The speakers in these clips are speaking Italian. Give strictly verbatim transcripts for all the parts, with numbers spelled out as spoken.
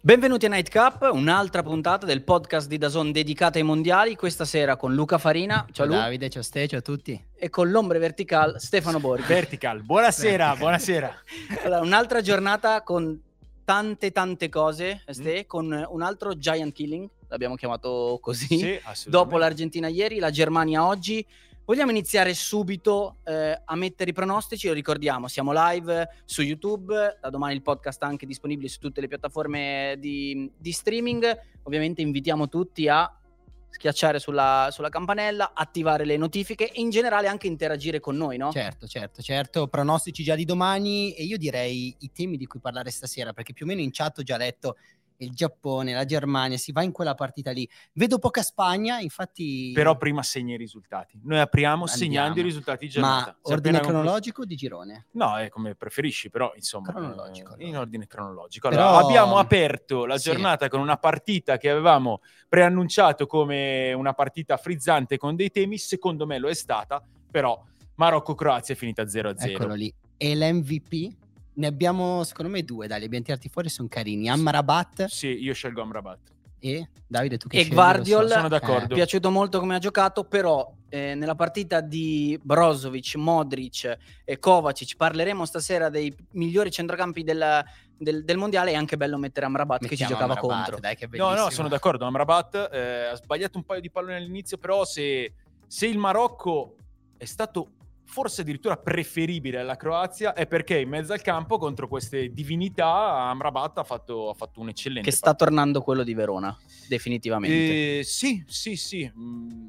Benvenuti a Night Cup, un'altra puntata del podcast di DAZN dedicata ai mondiali. Questa sera con Luca Farina, ciao, ciao Lu. Davide, ciao Ste, ciao a tutti. E con l'ombre vertical Stefano Borghi. Vertical, buonasera, buonasera. Allora, un'altra giornata con tante tante cose, Ste, mm. con un altro giant killing, l'abbiamo chiamato così, sì, dopo l'Argentina ieri, la Germania oggi. Vogliamo iniziare subito eh, a mettere i pronostici, lo ricordiamo, siamo live su YouTube, da domani il podcast è anche disponibile su tutte le piattaforme di, di streaming. Ovviamente invitiamo tutti a schiacciare sulla, sulla campanella, attivare le notifiche e in generale anche interagire con noi, no? Certo, certo, certo, pronostici già di domani e io direi i temi di cui parlare stasera, perché più o meno in chat ho già letto il Giappone, la Germania, si va in quella partita lì. Vedo poca Spagna, infatti... Però prima segna i risultati. Noi apriamo Andiamo. segnando i risultati di giornata. Ma Se ordine cronologico o di girone? No, è come preferisci, però insomma... Cronologico. Eh, in ordine cronologico. Allora, però... abbiamo aperto la giornata sì. con una partita che avevamo preannunciato come una partita frizzante con dei temi, secondo me lo è stata, però Marocco-Croazia è finita zero a zero. Eccolo lì. E l'M V P? Ne abbiamo secondo me due, dai, li abbiamo tirati fuori, sono carini. Amrabat. Sì, io scelgo Amrabat. E Davide, tu che e scegli? Gvardiol, so. sono d'accordo. Mi è piaciuto molto come ha giocato, però eh, nella partita di Brozovic, Modric e Kovacic parleremo stasera dei migliori centrocampi del, del, del mondiale. È anche bello mettere Amrabat Mettiamo che ci giocava Amrabat, contro. Dai, che no, no, sono d'accordo. Amrabat eh, ha sbagliato un paio di palloni all'inizio, però se, se il Marocco è stato forse addirittura preferibile alla Croazia è perché in mezzo al campo contro queste divinità Amrabat ha fatto, ha fatto un eccellente che sta fatto. tornando quello di Verona definitivamente. Eh, sì, sì, sì mm.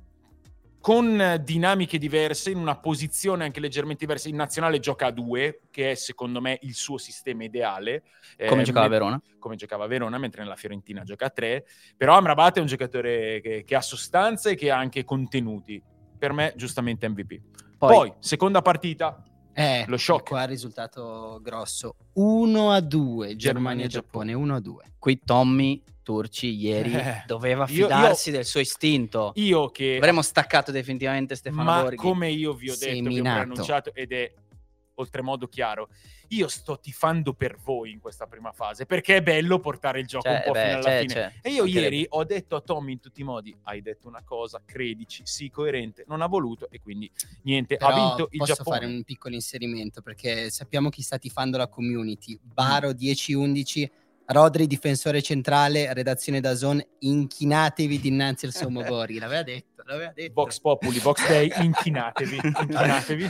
con dinamiche diverse, in una posizione anche leggermente diversa. In nazionale gioca a due, che è secondo me il suo sistema ideale. Come eh, giocava me- Verona? Come giocava Verona, mentre nella Fiorentina gioca a tre. Però Amrabat è un giocatore che, che ha sostanza e che ha anche contenuti. Per me, giustamente M V P. Poi, Poi seconda partita, eh, lo shock. Qua il risultato grosso. uno a due, Germania-Giappone, uno a due. Qui Tommy Turci ieri eh, doveva fidarsi io, io, del suo istinto. Io che... Avremmo staccato definitivamente Stefano Ma Borghi. come io vi ho detto, vi ho preannunciato, ed è oltremodo chiaro, io sto tifando per voi in questa prima fase, perché è bello portare il gioco c'è, un po' beh, fino alla c'è, fine. C'è. E io ieri ho detto a Tommy in tutti i modi, hai detto una cosa, credici, sii coerente, non ha voluto e quindi niente, però ha vinto il posso Giappone. Posso fare un piccolo inserimento, perché sappiamo chi sta tifando la community. Baro dieci undici, Rodri difensore centrale, redazione DAZN, inchinatevi dinanzi al Sommo Borghi. L'aveva detto, l'aveva detto. Vox Populi, Vox Day, inchinatevi, inchinatevi.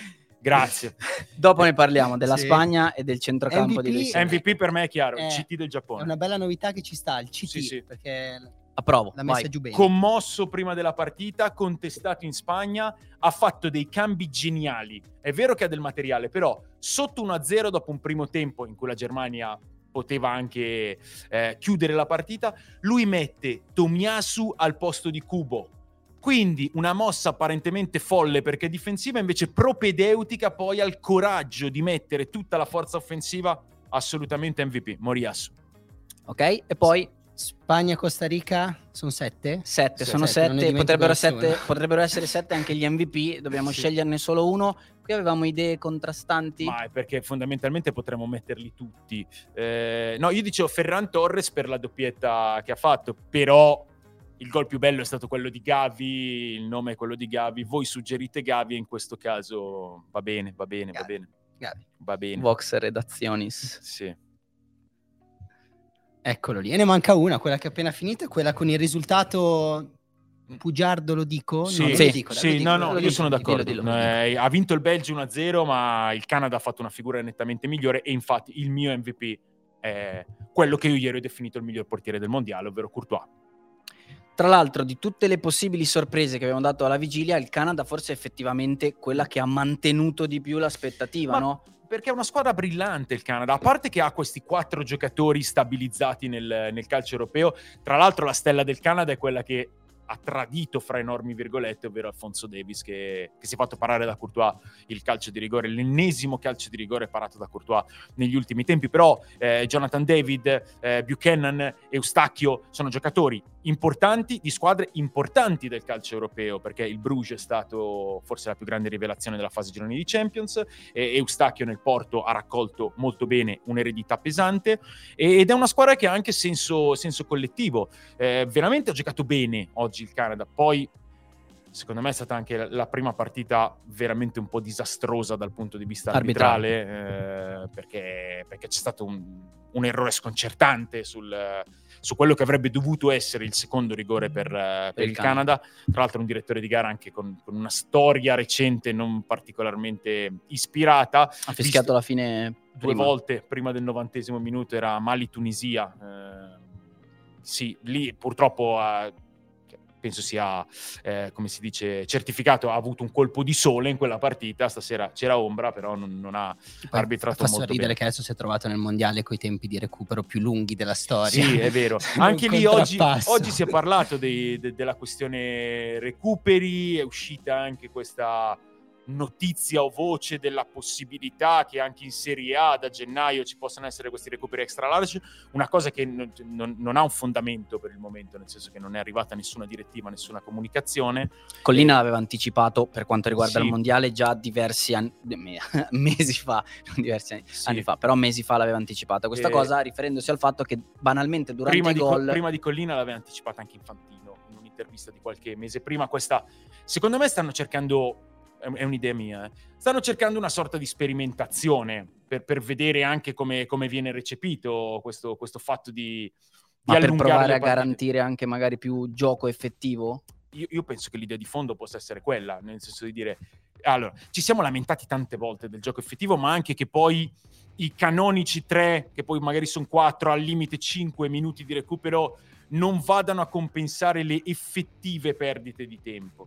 Grazie. Dopo ne parliamo della sì. Spagna e del centrocampo M V P, di Luis. M V P per me è chiaro, eh, il C T del Giappone. È una bella novità che ci sta, il C T, sì, sì. perché approvo, l'ha messa vai. giù bene. Commosso prima della partita, contestato in Spagna, ha fatto dei cambi geniali. È vero che ha del materiale, però sotto uno a zero dopo un primo tempo in cui la Germania poteva anche eh, chiudere la partita, lui mette Tomiyasu al posto di Kubo. Quindi una mossa apparentemente folle perché difensiva, invece propedeutica poi al coraggio di mettere tutta la forza offensiva. Assolutamente M V P, Moriyasu. Ok, e poi Spagna-Costa Rica sono sette? Sette, sono sette, sette potrebbero, sette potrebbero essere sette anche gli M V P, dobbiamo sì. sceglierne solo uno. Qui avevamo idee contrastanti. Ma è perché fondamentalmente potremmo metterli tutti. Eh, no, io dicevo Ferran Torres per la doppietta che ha fatto, però il gol più bello è stato quello di Gavi, il nome è quello di Gavi, voi suggerite Gavi e in questo caso va bene, va bene, Gavi. va bene. Gavi. Va bene. Vox Redazionis. Sì. Eccolo lì. E ne manca una, quella che è appena finita, quella con il risultato bugiardo, lo dico? Sì, no, sì, lo dico, sì dico, no, no, io dico, sono d'accordo. Dillo, dillo, eh, ha vinto il Belgio uno a zero, ma il Canada ha fatto una figura nettamente migliore e infatti il mio M V P è quello che io ieri ho definito il miglior portiere del mondiale, ovvero Courtois. Tra l'altro, di tutte le possibili sorprese che abbiamo dato alla vigilia, il Canada forse è effettivamente quella che ha mantenuto di più l'aspettativa, ma no? Perché è una squadra brillante il Canada, a parte che ha questi quattro giocatori stabilizzati nel, nel calcio europeo. Tra l'altro la stella del Canada è quella che ha tradito fra enormi virgolette, ovvero Alphonso Davies, che, che si è fatto parare da Courtois il calcio di rigore, l'ennesimo calcio di rigore parato da Courtois negli ultimi tempi. Però eh, Jonathan David, eh, Buchanan, Eustachio sono giocatori importanti, di squadre importanti del calcio europeo, perché il Bruges è stato forse la più grande rivelazione della fase gironi di Champions, e Eustachio nel Porto ha raccolto molto bene un'eredità pesante, ed è una squadra che ha anche senso, senso collettivo. Eh, veramente ha giocato bene oggi il Canada. Poi secondo me è stata anche la prima partita veramente un po' disastrosa dal punto di vista arbitrale, arbitrale. Eh, perché, perché c'è stato un, un errore sconcertante sul, su quello che avrebbe dovuto essere il secondo rigore per, per, per il, il Canada. Canada. Tra l'altro un direttore di gara anche con, con una storia recente non particolarmente ispirata. Ha fischiato la fine due prima. volte prima del novantesimo minuto, era Mali-Tunisia. Eh, sì, lì purtroppo ha... penso sia, eh, come si dice, certificato, ha avuto un colpo di sole in quella partita. Stasera c'era ombra, però non, non ha Poi arbitrato fa molto sorridere bene. che adesso si è trovato nel mondiale coi tempi di recupero più lunghi della storia. Sì, è vero. Anche lì oggi, oggi si è parlato dei, de, della questione recuperi, è uscita anche questa notizia o voce della possibilità che anche in Serie A da gennaio ci possano essere questi recuperi extra large, una cosa che non, non, non ha un fondamento per il momento, nel senso che non è arrivata nessuna direttiva, nessuna comunicazione. Collina eh, l'aveva anticipato per quanto riguarda sì. il mondiale già diversi anni, mesi fa, non diversi anni, Sì. anni fa, però mesi fa l'aveva anticipata questa Eh, cosa, riferendosi al fatto che banalmente durante prima i di, gol... prima di Collina l'aveva anticipata anche Infantino in un'intervista di qualche mese prima. Questa, secondo me stanno cercando, è un'idea mia, eh. stanno cercando una sorta di sperimentazione per, per vedere anche come, come viene recepito questo, questo fatto di, di Ma per allungare provare le a partite. garantire anche magari più gioco effettivo? Io, io penso che l'idea di fondo possa essere quella, nel senso di dire, allora, ci siamo lamentati tante volte del gioco effettivo, ma anche che poi i canonici tre, che poi magari sono quattro, al limite cinque minuti di recupero, non vadano a compensare le effettive perdite di tempo.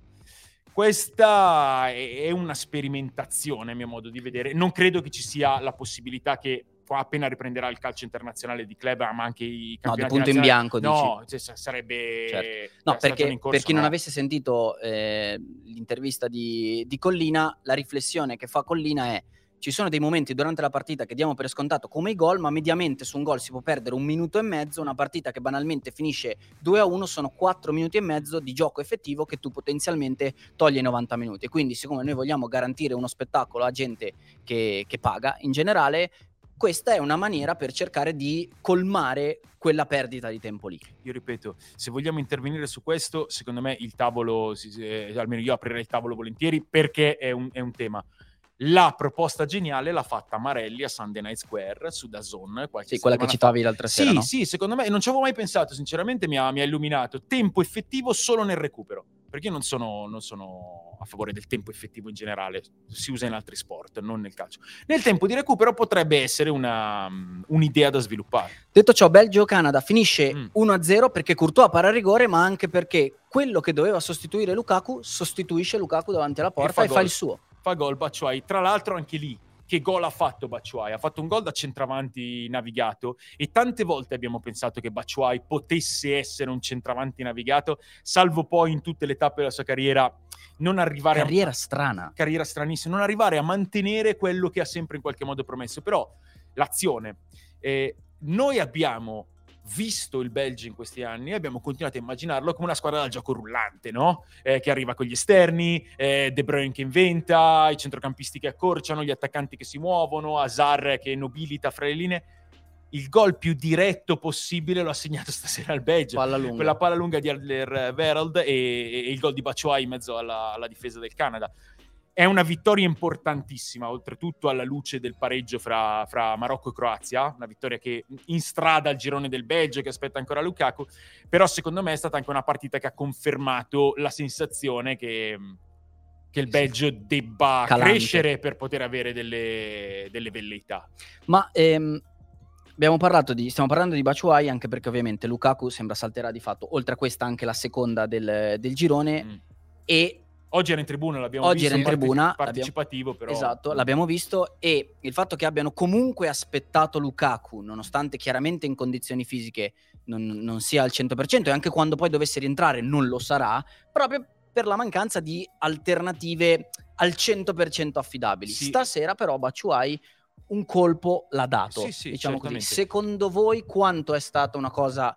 Questa è una sperimentazione, a mio modo di vedere. Non credo che ci sia la possibilità che appena riprenderà il calcio internazionale di club, ma anche i campionati No, punto in bianco, no, dici? Cioè, sarebbe certo. No, perché in corso, per chi no. non avesse sentito eh, l'intervista di, di Collina, la riflessione che fa Collina è: ci sono dei momenti durante la partita che diamo per scontato come i gol, ma mediamente su un gol si può perdere un minuto e mezzo. Una partita che banalmente finisce due a uno sono quattro minuti e mezzo di gioco effettivo che tu potenzialmente togli ai novanta minuti. E quindi, siccome noi vogliamo garantire uno spettacolo a gente che, che paga in generale, questa è una maniera per cercare di colmare quella perdita di tempo lì. Io ripeto, se vogliamo intervenire su questo, secondo me il tavolo, eh, almeno io aprirei il tavolo volentieri, perché è un, è un tema. La proposta geniale l'ha fatta Marelli a Sunday Night Square su DAZN. Sì, quella che citavi fa. l'altra sera, Sì, no? sì, secondo me, non ci avevo mai pensato, sinceramente mi ha, mi ha illuminato. Tempo effettivo solo nel recupero, perché io non sono, non sono a favore del tempo effettivo in generale, si usa in altri sport, non nel calcio. Nel tempo di recupero potrebbe essere una, un'idea da sviluppare. Detto ciò, Belgio-Canada finisce mm. uno a zero perché Courtois para rigore, ma anche perché quello che doveva sostituire Lukaku sostituisce Lukaku davanti alla porta e fa, e fa il suo. Fa gol Batshuayi, tra l'altro anche lì che gol ha fatto Batshuayi? Ha fatto un gol da centravanti navigato, e tante volte abbiamo pensato che Batshuayi potesse essere un centravanti navigato, salvo poi in tutte le tappe della sua carriera non arrivare carriera a... strana carriera stranissima, non arrivare a mantenere quello che ha sempre in qualche modo promesso. Però l'azione, eh, noi abbiamo visto il Belgio in questi anni e abbiamo continuato a immaginarlo come una squadra da gioco rullante, no? Eh, che arriva con gli esterni, eh, De Bruyne che inventa, i centrocampisti che accorciano, gli attaccanti che si muovono, Hazard che nobilita fra le linee. Il gol più diretto possibile lo ha segnato stasera il Belgio, palla lunga. quella palla lunga di Alderweireld e, e il gol di Batshuayi in mezzo alla, alla difesa del Canada. È una vittoria importantissima, oltretutto alla luce del pareggio fra, fra Marocco e Croazia, una vittoria che in strada al girone del Belgio, che aspetta ancora Lukaku, però secondo me è stata anche una partita che ha confermato la sensazione che, che il Belgio debba Calante. crescere per poter avere delle, delle velleità. Ma ehm, abbiamo parlato di, stiamo parlando di Batshuayi anche perché ovviamente Lukaku sembra salterà di fatto, oltre a questa anche la seconda del, del girone, mm. e oggi era in tribuna, l'abbiamo Oggi visto, era in tribuna, partecipativo però. Esatto, l'abbiamo visto, e il fatto che abbiano comunque aspettato Lukaku, nonostante chiaramente in condizioni fisiche non, non sia al cento per cento, e anche quando poi dovesse rientrare non lo sarà, proprio per la mancanza di alternative al cento per cento affidabili. Sì. Stasera però Batshuayi un colpo l'ha dato, sì, sì, diciamo certamente. così. Secondo voi quanto è stata una cosa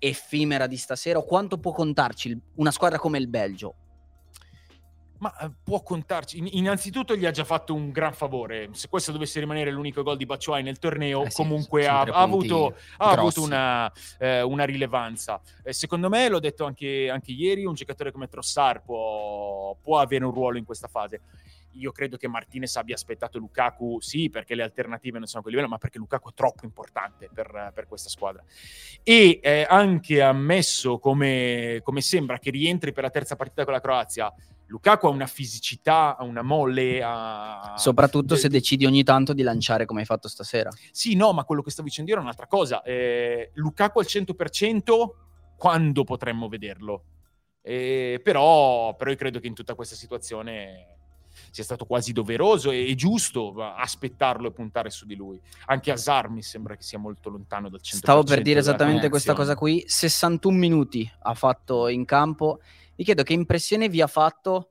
effimera di stasera, o quanto può contarci il- una squadra come il Belgio? Ma eh, può contarci. In- innanzitutto gli ha già fatto un gran favore. Se questo dovesse rimanere l'unico gol di Batshuayi nel torneo, Eh sì, comunque sono ha, tre ha punti avuto, ha avuto grossi. una, eh, una rilevanza. Eh, secondo me, l'ho detto anche, anche ieri, un giocatore come Trossard può, può avere un ruolo in questa fase. Io credo che Martinez abbia aspettato Lukaku, sì, perché le alternative non sono a quel livello, ma perché Lukaku è troppo importante per, per questa squadra. E eh, anche ammesso, come, come sembra, che rientri per la terza partita con la Croazia, Lukaku ha una fisicità, ha una molle, ha... Soprattutto de- se de- decidi ogni tanto di lanciare come hai fatto stasera. Sì, no, ma quello che stavo dicendo io era un'altra cosa. Eh, Lukaku al cento per cento, quando potremmo vederlo? Eh, però, però io credo che in tutta questa situazione sia stato quasi doveroso e, e giusto aspettarlo e puntare su di lui. Anche Hazard mi sembra che sia molto lontano dal cento per cento. Stavo per dire della esattamente questa condizione. cosa qui. sessantuno minuti ha fatto in campo. Vi chiedo che impressione vi ha fatto,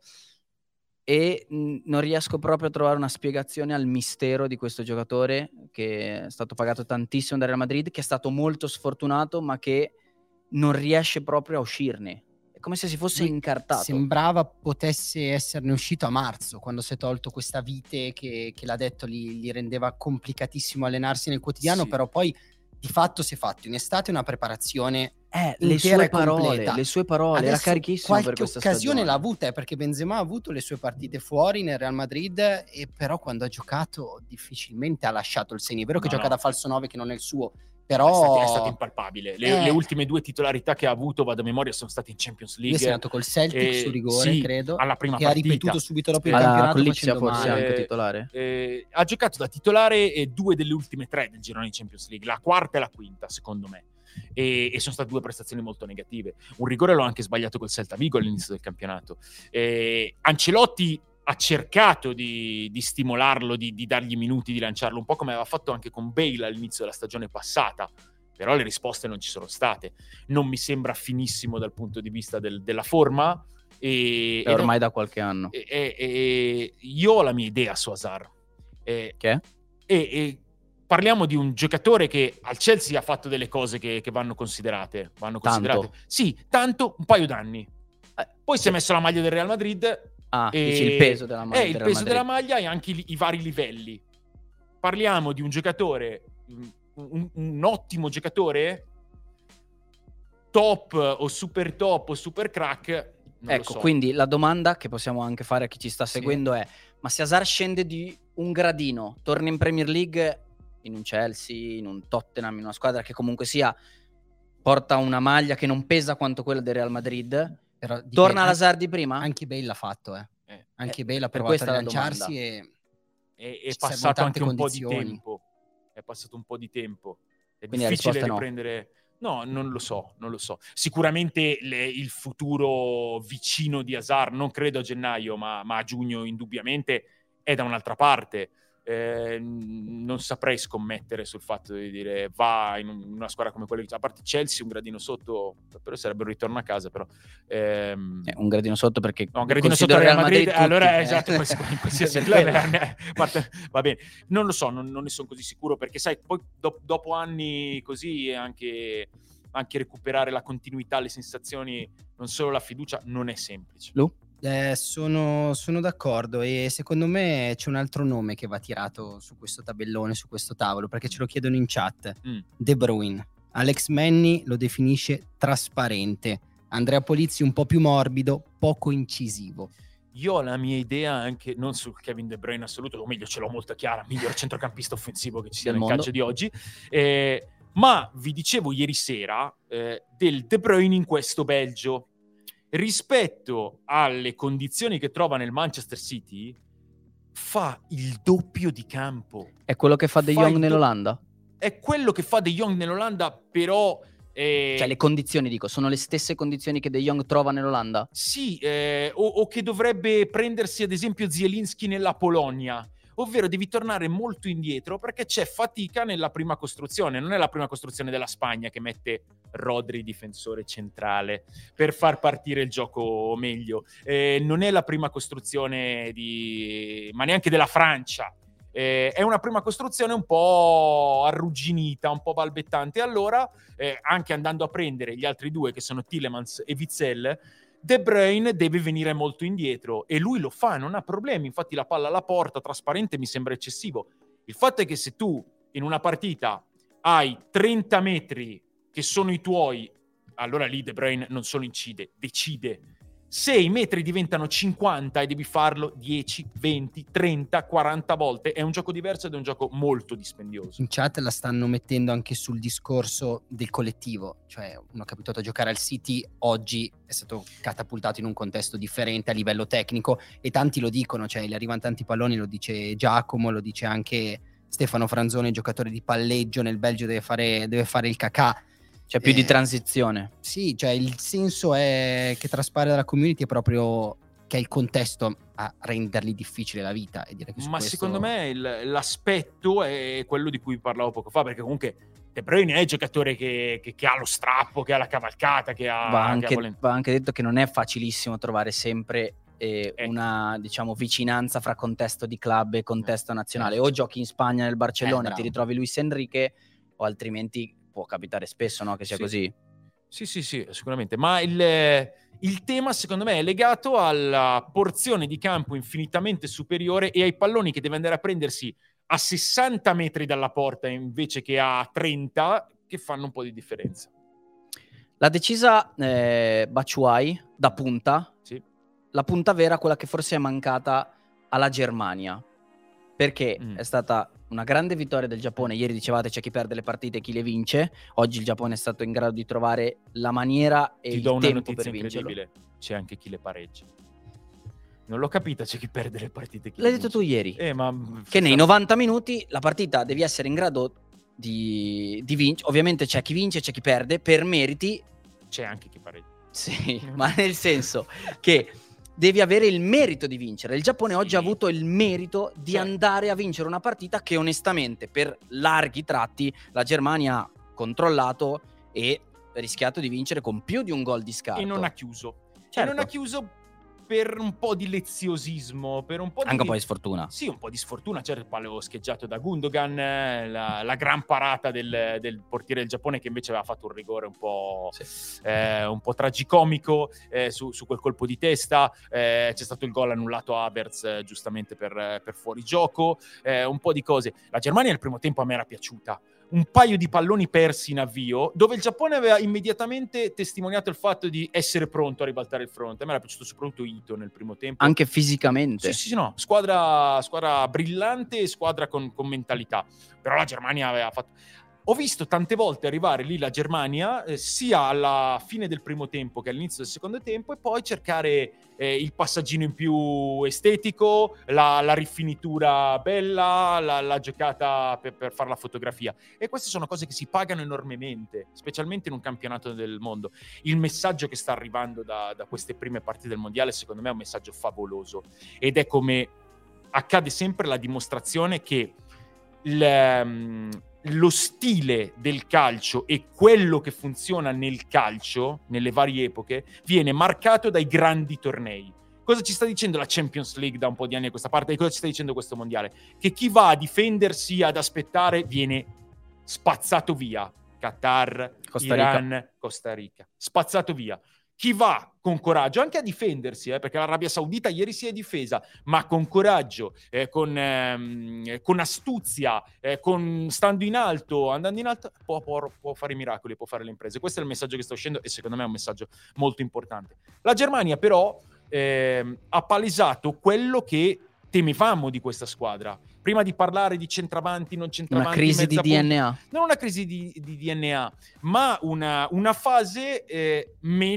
e mh, non riesco proprio a trovare una spiegazione al mistero di questo giocatore che è stato pagato tantissimo dal Real Madrid, che è stato molto sfortunato, ma che non riesce proprio a uscirne. È come se si fosse Lui incartato. Sembrava potesse esserne uscito a marzo, quando si è tolto questa vite che, che l'ha detto gli, gli rendeva complicatissimo allenarsi nel quotidiano, Sì. però poi di fatto si è fatto in estate una preparazione Eh, le intera sue e parole, completa. le sue parole, era Adesso carichissimo per qualche questa occasione stagione. l'ha avuta, eh, perché Benzema ha avuto le sue partite fuori nel Real Madrid, e però quando ha giocato difficilmente ha lasciato il segno. È vero che No, gioca no. da falso nove, che non è il suo, È però stato, è stato impalpabile. Le, Eh. le ultime due titolarità che ha avuto, vado a memoria, sono state in Champions lui è League. segnato col Celtic Eh, su rigore, sì, credo, alla prima che partita. ha ripetuto subito dopo il Eh, Alla- campionato con Lipsia facendo forse male. anche Eh, titolare. eh, ha giocato da titolare e due delle ultime tre del girone di Champions League, la quarta e la quinta, secondo me. E, e sono state due prestazioni molto negative. Un rigore l'ho anche sbagliato col Celta Vigo all'inizio del campionato. Eh, Ancelotti ha cercato di, di stimolarlo, di, di dargli minuti, di lanciarlo, un po' come aveva fatto anche con Bale all'inizio della stagione passata, però le risposte non ci sono state. Non mi sembra finissimo dal punto di vista del- della forma, e, È ormai da qualche anno. e, e- e io ho la mia idea su Hazard. E, Che è? e, e parliamo di un giocatore che al Chelsea ha fatto delle cose che, che vanno considerate. Vanno considerate. Tanto. Sì, tanto, un paio d'anni. Eh, Poi si è messo la maglia del Real Madrid. Ah, e- dici il peso della maglia Eh, del il Real peso Madrid. della maglia e anche i, i vari livelli. Parliamo di un giocatore, un, un- un ottimo giocatore, top o super top o super crack. Non Ecco, lo so. quindi la domanda che possiamo anche fare a chi ci sta Sì. seguendo è: ma se Hazard scende di un gradino, torna in Premier League, in un Chelsea, in un Tottenham, in una squadra che comunque sia porta una maglia che non pesa quanto quella del Real Madrid, Però dipende- torna an- l'Hazard di prima? Anche Bale l'ha fatto, eh. Eh, Anche eh, Bale ha per provato questa a la rilanciarsi domanda. e è, è ci servono passato tante anche un po' condizioni. di tempo. È passato un po' di tempo. È Quindi la difficile risposta è no. riprendere. No, non lo so, non lo so. Sicuramente le- il futuro vicino di Hazard, non credo a gennaio, ma, ma a giugno indubbiamente, è da un'altra parte. Eh, non saprei scommettere sul fatto di dire va in un- una squadra come quella, a parte Chelsea un gradino sotto, però sarebbe un ritorno a casa, però ehm, Eh, un gradino sotto, perché no, un gradino sotto considero il Real Madrid, tutti, allora eh. esatto, quals- in qualsiasi Per club quello. eh, parte- va bene, non lo so, non, non ne sono così sicuro, perché sai, poi do- dopo anni così anche, anche recuperare la continuità, le sensazioni, non solo la fiducia, non è semplice. Lu? Eh, sono, sono d'accordo, e secondo me c'è un altro nome che va tirato su questo tabellone, su questo tavolo, perché ce lo chiedono in chat. Mm. De Bruyne. Alex Manny lo definisce trasparente. Andrea Polizzi un po' più morbido, poco incisivo. Io ho la mia idea anche, non sul Kevin De Bruyne assoluto, o meglio ce l'ho molto chiara, miglior centrocampista offensivo che ci sia Del nel mondo. calcio di oggi, eh, ma vi dicevo ieri sera eh, del De Bruyne in questo Belgio. Rispetto alle condizioni che trova nel Manchester City, fa il doppio di campo. È quello che fa De Fa Jong il do- nell'Olanda? È quello che fa De Jong nell'Olanda, però... eh, Cioè le condizioni, dico, sono le stesse condizioni che De Jong trova nell'Olanda? Sì, eh, o, o che dovrebbe prendersi ad esempio Zielinski nella Polonia, ovvero devi tornare molto indietro perché c'è fatica nella prima costruzione. Non è la prima costruzione della Spagna che mette Rodri difensore centrale per far partire il gioco meglio, eh, non è la prima costruzione di, ma neanche della Francia. Eh, è una prima costruzione un po' arrugginita, un po' balbettante. Allora, eh, anche andando a prendere gli altri due, che sono Tielemans e Witsel, De Bruyne deve venire molto indietro, e lui lo fa, non ha problemi. Infatti la palla alla porta, trasparente, mi sembra eccessivo. Il fatto è che se tu in una partita hai trenta metri che sono i tuoi, allora lì De Bruyne non solo incide, decide. Se i metri diventano cinquanta e devi farlo dieci, venti, trenta, quaranta volte, è un gioco diverso ed è un gioco molto dispendioso. In chat la stanno mettendo anche sul discorso del collettivo, cioè uno che è abituato a giocare al City oggi è stato catapultato in un contesto differente a livello tecnico, e tanti lo dicono, cioè gli arrivano tanti palloni, lo dice Giacomo, lo dice anche Stefano Franzoni, giocatore di palleggio nel Belgio, deve fare, deve fare il cacà. C'è più Eh, di transizione. Sì, cioè il senso è che traspare dalla community è proprio che è il contesto a rendergli difficile la vita, e dire che su Ma questo... secondo me il, l'aspetto è quello di cui parlavo poco fa, perché comunque De Bruyne è il giocatore che, che, che ha lo strappo, che ha la cavalcata, che ha... Va che anche, ha volen- va anche detto che non è facilissimo trovare sempre eh, Eh. una, diciamo, vicinanza fra contesto di club e contesto nazionale. certo. O giochi in Spagna, nel Barcellona, Eh, e bravo. ti ritrovi Luis Enrique, o altrimenti può capitare spesso, no, che sia Sì. così. Sì, sì, sì, sicuramente. Ma il, il tema, secondo me, è legato alla porzione di campo infinitamente superiore e ai palloni che deve andare a prendersi a sessanta metri dalla porta invece che a trenta, che fanno un po' di differenza. L'ha decisa eh, Batshuayi da punta, Sì. la punta vera, quella che forse è mancata alla Germania, perché Mm. è stata una grande vittoria del Giappone. Ieri dicevate c'è chi perde le partite e chi le vince. Oggi il Giappone è stato in grado di trovare la maniera e Ti il do una tempo notizia per vincerlo. incredibile: c'è anche chi le pareggia. Non l'ho capita, c'è chi perde le partite e chi L'hai le detto vince. tu ieri, Eh, ma che nei novanta minuti la partita devi essere in grado di, di vincere. Ovviamente c'è chi vince, c'è chi perde per meriti. c'è anche chi pareggia. Sì, ma nel senso che devi avere il merito di vincere. Il Giappone Sì. oggi ha avuto il merito di Certo. andare a vincere una partita che onestamente per larghi tratti la Germania ha controllato e rischiato di vincere con più di un gol di scarto. E non ha chiuso. Certo. E non ha chiuso per un po' di leziosismo, per un po' di... Anche un po' di sfortuna. Sì, un po' di sfortuna. Certo, il palo scheggiato da Gundogan, eh, la, la gran parata del, del portiere del Giappone, che invece aveva fatto un rigore un po', Sì. eh, un po' tragicomico eh, su, su quel colpo di testa. Eh, c'è stato il gol annullato a Havertz, eh, giustamente per, per fuorigioco. Eh, un po' di cose. La Germania nel primo tempo a me era piaciuta. Un paio di palloni persi in avvio, dove il Giappone aveva immediatamente testimoniato il fatto di essere pronto a ribaltare il fronte. A me era piaciuto soprattutto Ito nel primo tempo. Anche fisicamente. Sì, sì, sì, no. Squadra, squadra brillante e squadra con, con mentalità. Però la Germania aveva fatto... Ho visto tante volte arrivare lì la Germania, eh, sia alla fine del primo tempo che all'inizio del secondo tempo, e poi cercare eh, il passaggino in più estetico, la, la rifinitura bella, la, la giocata per, per fare la fotografia. E queste sono cose che si pagano enormemente, specialmente in un campionato del mondo. Il messaggio che sta arrivando da, da queste prime partite del mondiale, secondo me, è un messaggio favoloso. Ed è, come accade sempre, la dimostrazione che il... Um, lo stile del calcio e quello che funziona nel calcio nelle varie epoche viene marcato dai grandi tornei. Cosa ci sta dicendo la Champions League da un po' di anni a questa parte, e cosa ci sta dicendo questo mondiale? Che chi va a difendersi, ad aspettare, viene spazzato via. Qatar, Costa Rica. Iran, Costa Rica, spazzato via. Chi va con coraggio anche a difendersi, eh, perché l'Arabia Saudita ieri si è difesa, ma con coraggio, eh, con, ehm, con astuzia, eh, con stando in alto, andando in alto, può, può, può fare i miracoli, può fare le imprese. Questo è il messaggio che sta uscendo, e secondo me è un messaggio molto importante. La Germania però ehm, ha palesato quello che temevamo di questa squadra. Prima di parlare di centravanti, non centravanti, Una crisi di mezza D N A. punta, non una crisi di, di D N A, ma una, una fase eh,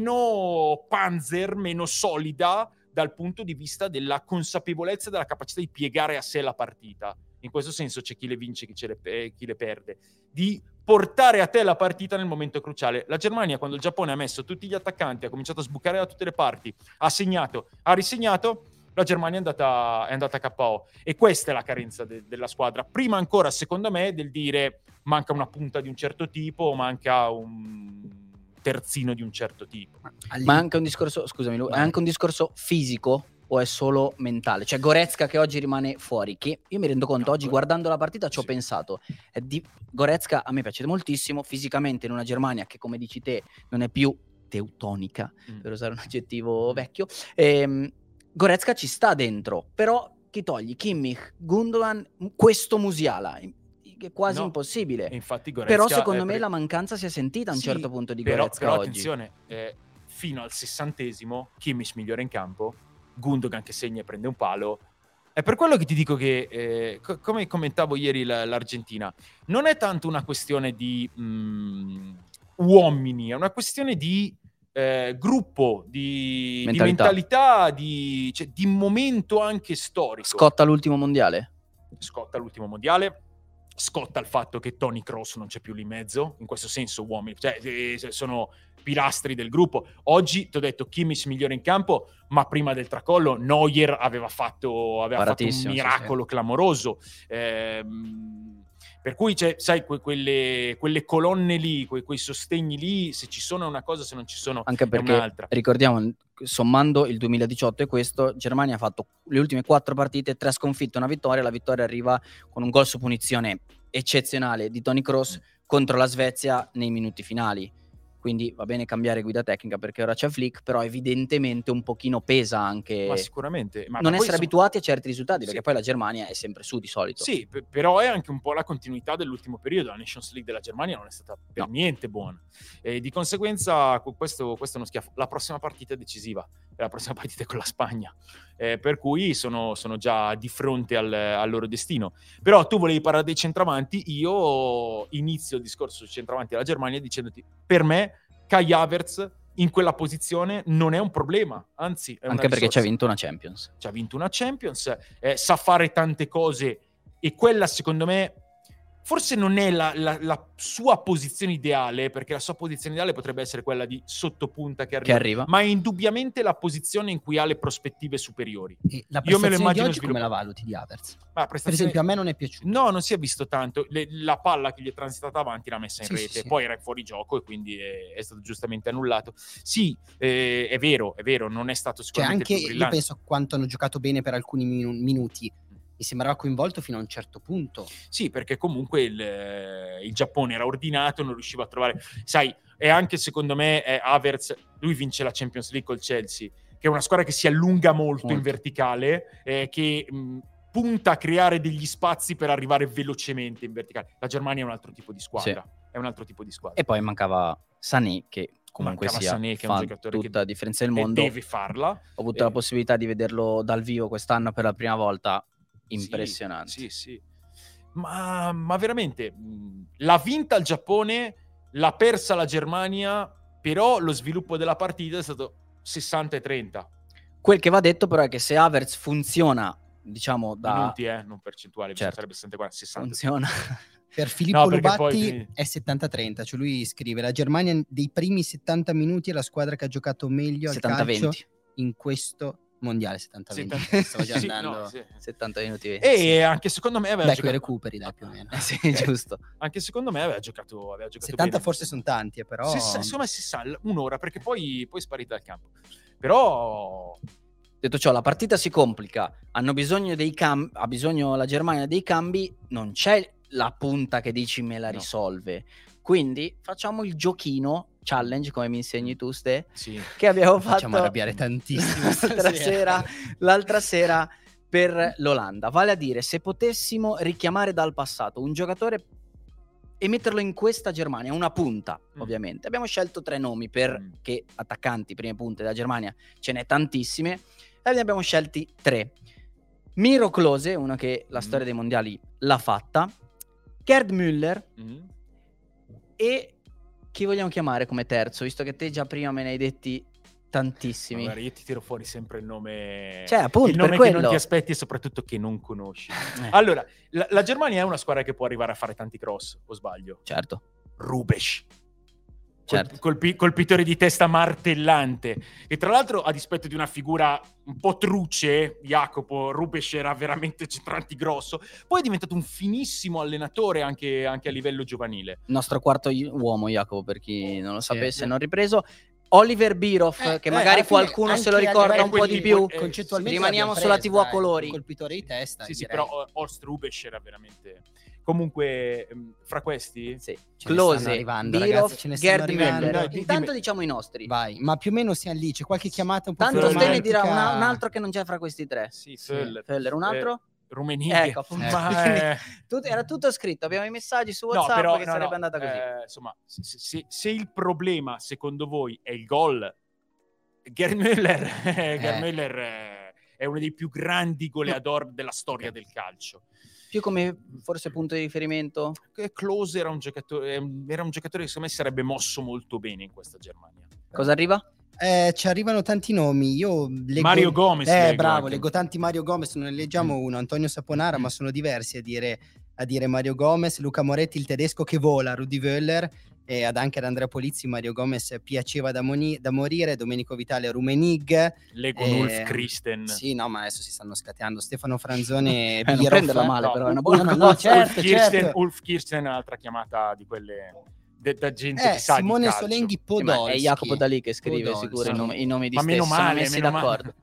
meno panzer, meno solida dal punto di vista della consapevolezza e della capacità di piegare a sé la partita. In questo senso c'è chi le vince e chi, ce le, eh, chi le perde. Di portare a te la partita nel momento cruciale. La Germania, quando il Giappone ha messo tutti gli attaccanti, ha cominciato a sbucare da tutte le parti, ha segnato, ha risegnato, la Germania è andata, è andata K O. E questa è la carenza de- della squadra. Prima ancora, secondo me, del dire manca una punta di un certo tipo, manca un terzino di un certo tipo. Ma è anche un discorso, scusami, Lu, è Vai. anche un discorso fisico, o è solo mentale? Cioè Goretzka che oggi rimane fuori, che io mi rendo conto, No, oggi Gore- guardando la partita ci ho sì. pensato, è di... Goretzka a me piace moltissimo, fisicamente in una Germania che come dici te non è più teutonica, Mm. per usare un aggettivo vecchio, ehm, Goretzka ci sta dentro, però chi togli? Kimmich, Gundogan, questo Musiala, che è quasi No, impossibile. e infatti Goretzka Però secondo è me pre- la mancanza si è sentita a un Sì, certo punto di però, Goretzka però oggi. attenzione, eh, fino al sessantesimo Kimmich migliore in campo, Gundogan che segna e prende un palo. È per quello che ti dico che, eh, co- come commentavo ieri l- l'Argentina, non è tanto una questione di mh, uomini, è una questione di eh, gruppo, di di Mentalità. mentalità, di, cioè, di momento anche storico. Scotta l'ultimo mondiale? Scotta l'ultimo mondiale, scotta il fatto che Toni Kroos non c'è più lì in mezzo, in questo senso uomini, cioè eh, sono pilastri del gruppo. Oggi ti ho detto Kimmich migliore in campo, ma prima del tracollo Neuer aveva fatto, aveva fatto un Paratissimo, sì, miracolo clamoroso. Ehm, per cui c'è, sai, que- quelle, quelle colonne lì, que- quei sostegni lì, se ci sono è una cosa, se non ci sono Anche è perché, un'altra. ricordiamo, sommando il duemiladiciotto e questo, Germania ha fatto le ultime quattro partite, tre sconfitte, una vittoria. La vittoria arriva con un gol su punizione eccezionale di Toni Kroos contro la Svezia nei minuti finali. Quindi va bene cambiare guida tecnica perché ora c'è Flick, però evidentemente un pochino pesa anche Ma sicuramente. Ma non ma poi essere insomma- abituati a certi risultati, Sì. perché poi la Germania è sempre su di solito. Sì, p- però è anche un po' la continuità dell'ultimo periodo. La Nations League della Germania non è stata per No. niente buona. E di conseguenza qu- questo, questo è uno schiaffo. La prossima partita è decisiva. E la prossima partita è con la Spagna. Eh, per cui sono, sono già di fronte al, al loro destino. Però tu volevi parlare dei centravanti. Io inizio il discorso sui centravanti della Germania dicendoti, per me Kai Havertz in quella posizione non è un problema, anzi è una Anche perché ci ha risorsa. vinto una Champions. Ci ha vinto una Champions, eh, sa fare tante cose e quella secondo me forse non è la, la- la sua posizione ideale, perché la sua posizione ideale potrebbe essere quella di sottopunta che arriva, Che arriva. ma è indubbiamente la posizione in cui ha le prospettive superiori. E la Io me lo prestazione di immagino oggi come la sviluppato. valuti di Havertz? Ma Per prestazione- esempio a me non è piaciuto. No, non si è visto tanto. Le- la palla che gli è transitata avanti l'ha messa in Sì, rete, sì, sì. poi era fuori gioco e quindi è, è stato giustamente annullato. Sì, eh, è vero, è vero, non è stato Cioè sicuramente anche il più io brillante. penso a quanto hanno giocato bene per alcuni minu- minuti. Mi sembrava coinvolto fino a un certo punto. Sì, perché comunque il, eh, il Giappone era ordinato, non riusciva a trovare... Sai, e anche secondo me eh, Havertz, lui vince la Champions League col Chelsea, che è una squadra che si allunga molto, Molto. in verticale, eh, che mh, punta a creare degli spazi per arrivare velocemente in verticale. La Germania è un altro tipo di squadra. È un altro tipo di squadra. E poi mancava Sané, che comunque Mancava sia Sané, che è un fa giocatore tutta che- la differenza del E mondo. deve farla. Ho avuto Eh, la possibilità di vederlo dal vivo quest'anno per la prima volta. Impressionante. Sì, sì, sì. Ma, ma veramente, mh, l'ha vinta il Giappone, l'ha persa la Germania, però lo sviluppo della partita è stato sessanta e trenta. Quel che va detto però è che se Havertz funziona, diciamo da Minuti, eh, non percentuali, Certo. sarebbe sessanta e quaranta, sessanta. funziona Per Filippo No, perché Lubatti poi- è settanta trenta, cioè lui scrive la Germania dei primi settanta minuti è la squadra che ha giocato meglio al settanta calcio venti. in questo mondiale. settanta venti, settanta stavo già Sì, andando. no, sì. settanta minuti venti. E anche secondo me aveva Dai, con i giocato, recuperi, dai, più o meno. Eh sì, Ok. giusto. anche secondo me aveva giocato, aveva giocato settanta bene. forse sono tanti, eh, però... Sessa- secondo me sessanta, un'ora, perché poi, poi è sparita dal campo. Però Detto ciò, la partita si complica, hanno bisogno dei cambi, ha bisogno la Germania dei cambi, non c'è la punta che dici me la No. risolve. Quindi facciamo il giochino, challenge, come mi insegni tu, Ste, sì. che abbiamo fatto Facciamo arrabbiare tantissimo l'altra sera, l'altra sera per l'Olanda. Vale a dire, se potessimo richiamare dal passato un giocatore e metterlo in questa Germania, una punta, Mm. ovviamente. Abbiamo scelto tre nomi perché attaccanti, prime punte della Germania ce n'è tantissime, e ne abbiamo scelti tre. Miro Klose, uno che la Mm. storia dei mondiali l'ha fatta, Gerd Müller Mm. e chi vogliamo chiamare come terzo, visto che te già prima me ne hai detti tantissimi. Guarda, io ti tiro fuori sempre il nome, Cioè, appunto, il nome per che quello. non ti aspetti e soprattutto che non conosci. Eh, Allora, la, la Germania è una squadra che può arrivare a fare tanti cross, o sbaglio? certo, Rubesch. certo. Colpi- colpitore di testa martellante, e tra l'altro a dispetto di una figura un po' truce, Jacopo, Rubesch era veramente centravanti grosso, poi è diventato un finissimo allenatore anche, anche a livello giovanile. Il nostro quarto i- uomo, Jacopo, per chi non lo Sì, sapesse, sì. non ripreso. Oliver Bierhoff, Eh, che eh, magari alla fine qualcuno anche se lo a ricorda livello un po' di di più. eh, concettualmente rimaniamo l'abbiamo sulla presa, tivù a dai, colori. un colpitore di testa. Sì, sì, direi. però Horst Rubesch era veramente... Comunque, ehm, fra questi... Sì. Ce ne stanno Klose, arrivando, Bierhoff, ragazzi, ce ne stanno Gerd arrivando. Müller. Dai, di- Intanto dimmi- diciamo i nostri. Vai, ma più o meno siamo lì. C'è qualche chiamata un po' più Tanto Föller. Stene dirà romantica. una- un altro che non c'è fra questi tre. Sì, Sì. Föller. Föller, un altro? Rummenigge. Ecco, appunto. Ma, eh, Tut- era tutto scritto, abbiamo i messaggi su no, WhatsApp però, che no, sarebbe no, andata così. eh, insomma, se, se- se il problema, secondo voi, è il gol, Gerd Müller, Gerd Müller eh, è uno dei più grandi goleador della storia del calcio. Più come forse punto di riferimento? Eh, Klose era un giocatore, era un giocatore che secondo me si sarebbe mosso molto bene in questa Germania. Cosa arriva? Eh, ci arrivano tanti nomi. Io leggo... Mario Gomez. Eh, leggo bravo, anche. leggo tanti Mario Gomez. Non ne leggiamo Mm. uno, Antonio Saponara, Mm. ma sono diversi a dire, a dire Mario Gomez. Luca Moretti, il tedesco che vola, Rudi Völler, e ad anche ad Andrea Polizzi. Mario Gomez piaceva da, moni- da morire. Domenico Vitale, Rummenigge. Leggo Eh, Ulf Christen. Sì, no, ma adesso si stanno scatenando. Stefano Franzone, Eh, non Bierhoff. prenderla male, No, però è una Ulf- buona no, cosa. no, Ulf certo, Kirsten, certo. Ulf Kirsten è un'altra chiamata di quelle de- da gente Eh, che sa Simone di calcio. Solenghi Sì, ma Podolski. è Jacopo Dalì che scrive Podolski. sicuro i nomi, i nomi di Ma stesso, meno sono male, messi meno d'accordo.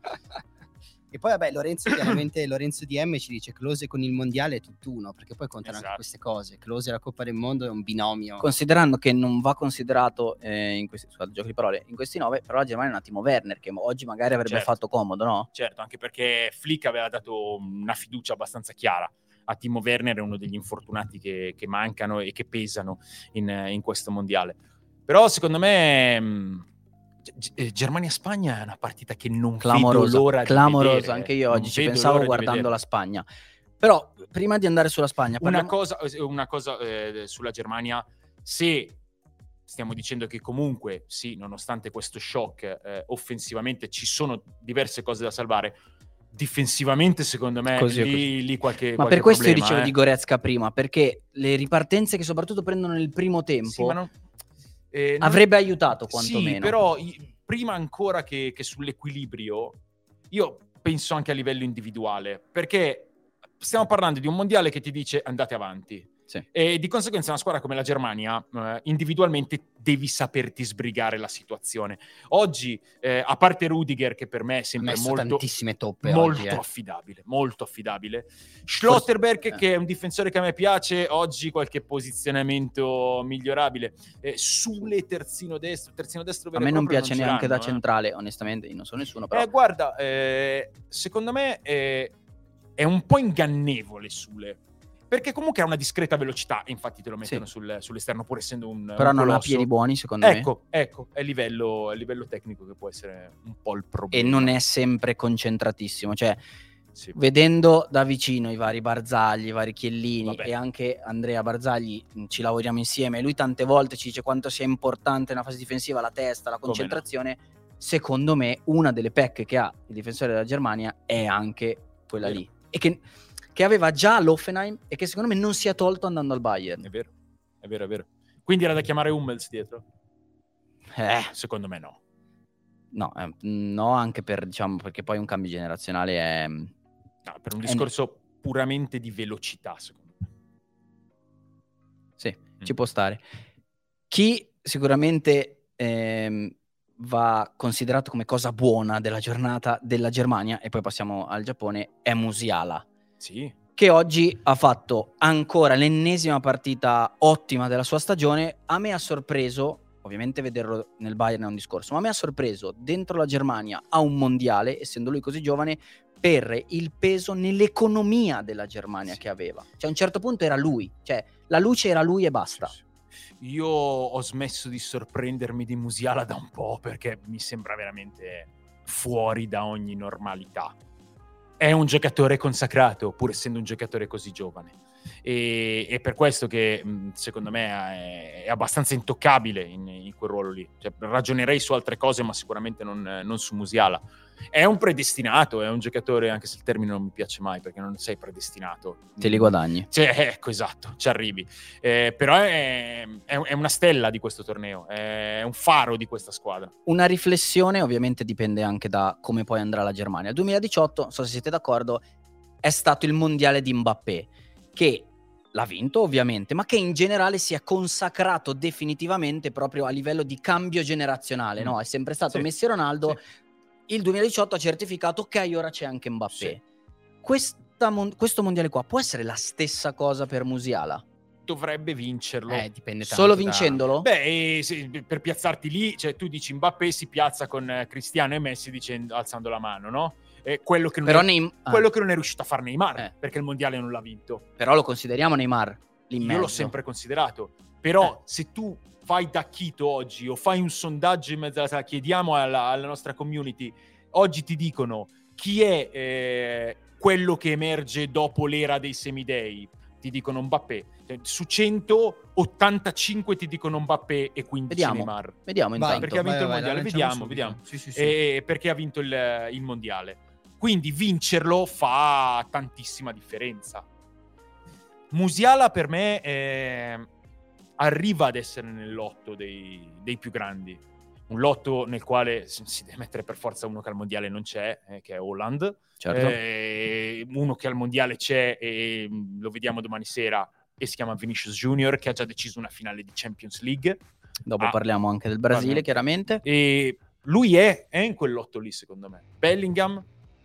E poi vabbè, Lorenzo chiaramente Lorenzo D M ci dice Klose con il mondiale è tutt'uno, perché poi contano Esatto. anche queste cose. Klose e la Coppa del Mondo è un binomio. Considerando che non va considerato eh, in questi scusate, giochi di parole, in questi nove, però la Germania è un attimo Werner che oggi magari avrebbe Certo. fatto comodo, no? Certo, anche perché Flick aveva dato una fiducia abbastanza chiara a Timo Werner, è uno degli infortunati che, che mancano e che pesano in, in questo mondiale. Però secondo me mh, G- G- Germania-Spagna è una partita che non vedo Clamorosa, l'ora clamorosa, di vedere. anche io Non oggi ci vedo pensavo l'ora di guardando vedere. la Spagna. Però prima di andare sulla Spagna, Una parliamo- cosa, una cosa eh, sulla Germania, se stiamo dicendo che comunque, sì, nonostante questo shock, eh, offensivamente ci sono diverse cose da salvare, difensivamente secondo me Così è lì, così. lì qualche Ma qualche per questo problema, io dicevo eh. di Goretzka prima, perché le ripartenze che soprattutto prendono nel primo tempo Sì, ma non- eh, non- avrebbe aiutato quantomeno. Sì, però i- prima ancora che, che sull'equilibrio, io penso anche a livello individuale, perché stiamo parlando di un mondiale che ti dice andate avanti. Sì. E di conseguenza una squadra come la Germania eh, individualmente devi saperti sbrigare la situazione. Oggi, eh, a parte Rudiger, che per me è Ha sempre messo molto, tantissime toppe molto oggi, eh. affidabile, molto affidabile. Schlotterberg, Forse- che è un difensore che a me piace, oggi qualche posizionamento migliorabile. Eh, Sule, terzino destro, terzino destro A vero e me non proprio piace ce neanche da l'hanno, eh. centrale, onestamente, io non so nessuno, però Eh, guarda, eh, secondo me è, è un po' ingannevole Sule, perché comunque ha una discreta velocità, infatti te lo mettono Sì. sul- sull'esterno pur essendo un però un non ha colosso. piedi buoni, secondo me. Ecco, ecco, è livello, è livello tecnico che può essere un po' il E problema. non è sempre concentratissimo, cioè Sì. vedendo da vicino i vari Barzagli, i vari Chiellini Vabbè. e anche Andrea Barzagli, mh, ci lavoriamo insieme e lui tante volte ci dice quanto sia importante nella fase difensiva la testa, la Come concentrazione. Secondo me una delle pecche che ha il difensore della Germania è anche quella Vero. lì, e che, che aveva già l'Hoffenheim e che secondo me non si è tolto andando al Bayern. È vero, è vero, è vero. Quindi era da chiamare Hummels dietro? Eh, Secondo me no. no, eh, no, anche per, diciamo, perché poi un cambio generazionale è... No, per un Eh, discorso puramente di velocità, secondo me. Sì, Mm. ci può stare. Chi sicuramente ehm, va considerato come cosa buona della giornata della Germania, e poi passiamo al Giappone, è Musiala, Sì, che oggi ha fatto ancora l'ennesima partita ottima della sua stagione. A me ha sorpreso, ovviamente vederlo nel Bayern è un discorso, ma a me ha sorpreso dentro la Germania a un mondiale, essendo lui così giovane, per il peso nell'economia della Germania Sì. che aveva. Cioè a un certo punto era lui, cioè la luce era lui e basta. Sì, sì. Io ho smesso di sorprendermi di Musiala da un po' perché mi sembra veramente fuori da ogni normalità. È un giocatore consacrato, pur essendo un giocatore così giovane. E, e per questo che mh, secondo me è, è abbastanza intoccabile in, in quel ruolo lì. Cioè, ragionerei su altre cose, ma sicuramente non, non su Musiala. È un predestinato, è un giocatore, anche se il termine non mi piace mai, perché non sei predestinato. Te li guadagni. Cioè, ecco, esatto, ci arrivi. Eh, però è, è, è una stella di questo torneo, è un faro di questa squadra. Una riflessione, ovviamente dipende anche da come poi andrà la Germania. Il duemiladiciotto, non so se siete d'accordo, è stato il mondiale di Mbappé, che l'ha vinto ovviamente, ma che in generale si è consacrato definitivamente proprio a livello di cambio generazionale, Mm. no? È sempre stato Sì. Messi e Ronaldo. Sì. Il duemiladiciotto ha certificato che ora c'è anche Mbappé. Sì. Questa mon- questo mondiale qua può essere la stessa cosa per Musiala? Dovrebbe vincerlo. Eh, dipende tanto Solo da- vincendolo? Beh, eh, se- per piazzarti lì, cioè tu dici Mbappé si piazza con eh, Cristiano e Messi dicendo, alzando la mano, no? Eh, quello, che non Però è, Neym- ah, quello che non è riuscito a fare Neymar, Eh. perché il mondiale non l'ha vinto. però lo consideriamo Neymar lì in Io l'ho mezzo. sempre considerato. Però Eh. se tu fai da Chito oggi o fai un sondaggio in mezzo alla sala, chiediamo alla, alla nostra community, oggi ti dicono chi è eh, quello che emerge dopo l'era dei semidei, ti dicono Mbappé. Cioè, su cento, ottantacinque ti dicono Mbappé e quindici Vediamo. Neymar. Vediamo Vai, intanto. Perché ha vinto vai, il vai, mondiale, la lanciamo vediamo, subito. vediamo. Sì, sì, sì. E perché ha vinto il, il mondiale. Quindi vincerlo fa tantissima differenza. Musiala per me eh, arriva ad essere nel lotto dei, dei più grandi. Un lotto nel quale si si deve mettere per forza uno che al mondiale non c'è, eh, che è Haaland. Certo. Eh, uno che al mondiale c'è e mh, lo vediamo domani sera e si chiama Vinicius Junior, che ha già deciso una finale di Champions League. Dopo Ah, parliamo anche del Brasile, parliamo. chiaramente. E lui è, è in quel lotto lì, secondo me. Bellingham.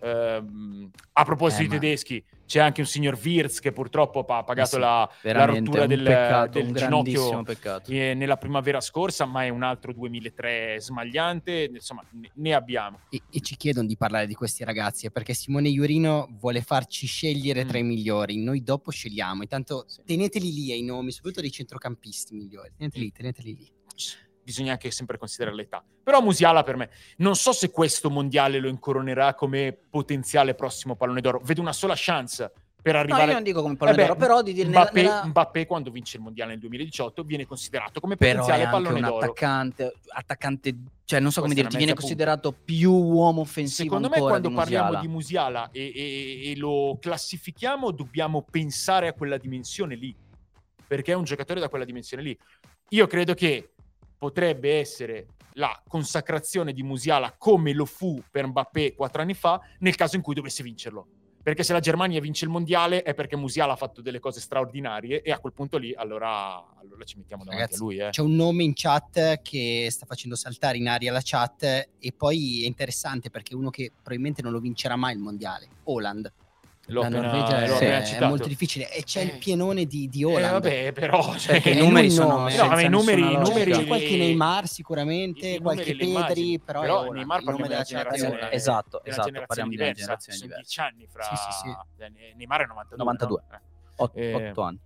ehm, a proposito Eh, di ma- tedeschi, c'è anche un signor Wirtz che purtroppo ha pagato sì, la, la Veramente rottura un del, peccato, del un grandissimo ginocchio peccato. eh, nella primavera scorsa, ma è un altro duemilatré smagliante. Insomma, ne, ne abbiamo. E, e ci chiedono di parlare di questi ragazzi, eh, perché Simone Iurino vuole farci scegliere Mm. tra i migliori. Noi dopo scegliamo. Intanto Sì. teneteli lì ai nomi, soprattutto dei centrocampisti migliori. Teneteli lì, teneteli lì. Bisogna anche sempre considerare l'età. Però Musiala per me, non so se questo mondiale lo incoronerà come potenziale prossimo pallone d'oro. Vedo una sola chance per No, arrivare... io non dico come pallone Eh beh, d'oro, però di dire nella, Mbappé, nella... Mbappé quando vince il mondiale nel duemiladiciotto viene considerato come Però è potenziale anche pallone un d'oro. attaccante, attaccante, cioè non so come Questa è dirti, una viene mezza considerato più uomo offensivo Secondo me ancora quando di parliamo Musiala. di Musiala e, e- e lo classifichiamo dobbiamo pensare a quella dimensione lì, perché è un giocatore da quella dimensione lì. Io credo che potrebbe essere la consacrazione di Musiala come lo fu per Mbappé quattro anni fa nel caso in cui dovesse vincerlo. Perché se la Germania vince il mondiale è perché Musiala ha fatto delle cose straordinarie e a quel punto lì allora, allora ci mettiamo davanti Ragazzi, a lui. Eh. c'è un nome in chat che sta facendo saltare in aria la chat e poi è interessante perché è uno che probabilmente non lo vincerà mai il mondiale, Haaland. L'ho La appena, Norvegia l'ho è, appena è citato. molto difficile e c'è Eh, il pienone di, di Eh, Haaland. vabbè, però... cioè, Perché i è numeri un sono nome. senza No, ma i numeri- nessuna i logica. numeri- C'è qualche e- Neymar sicuramente, i qualche numeri, le Pedri, immagini. però, Però è Haaland. Neymar Il nome parliamo della della generazione. generazione- è- Esatto, è una esatto, generazione parliamo di una diversa. generazione Sono diversa. dieci anni fra... Sì, sì, sì. Eh, Neymar è novantadue. novantadue. no? Eh. Ot- Eh, otto anni.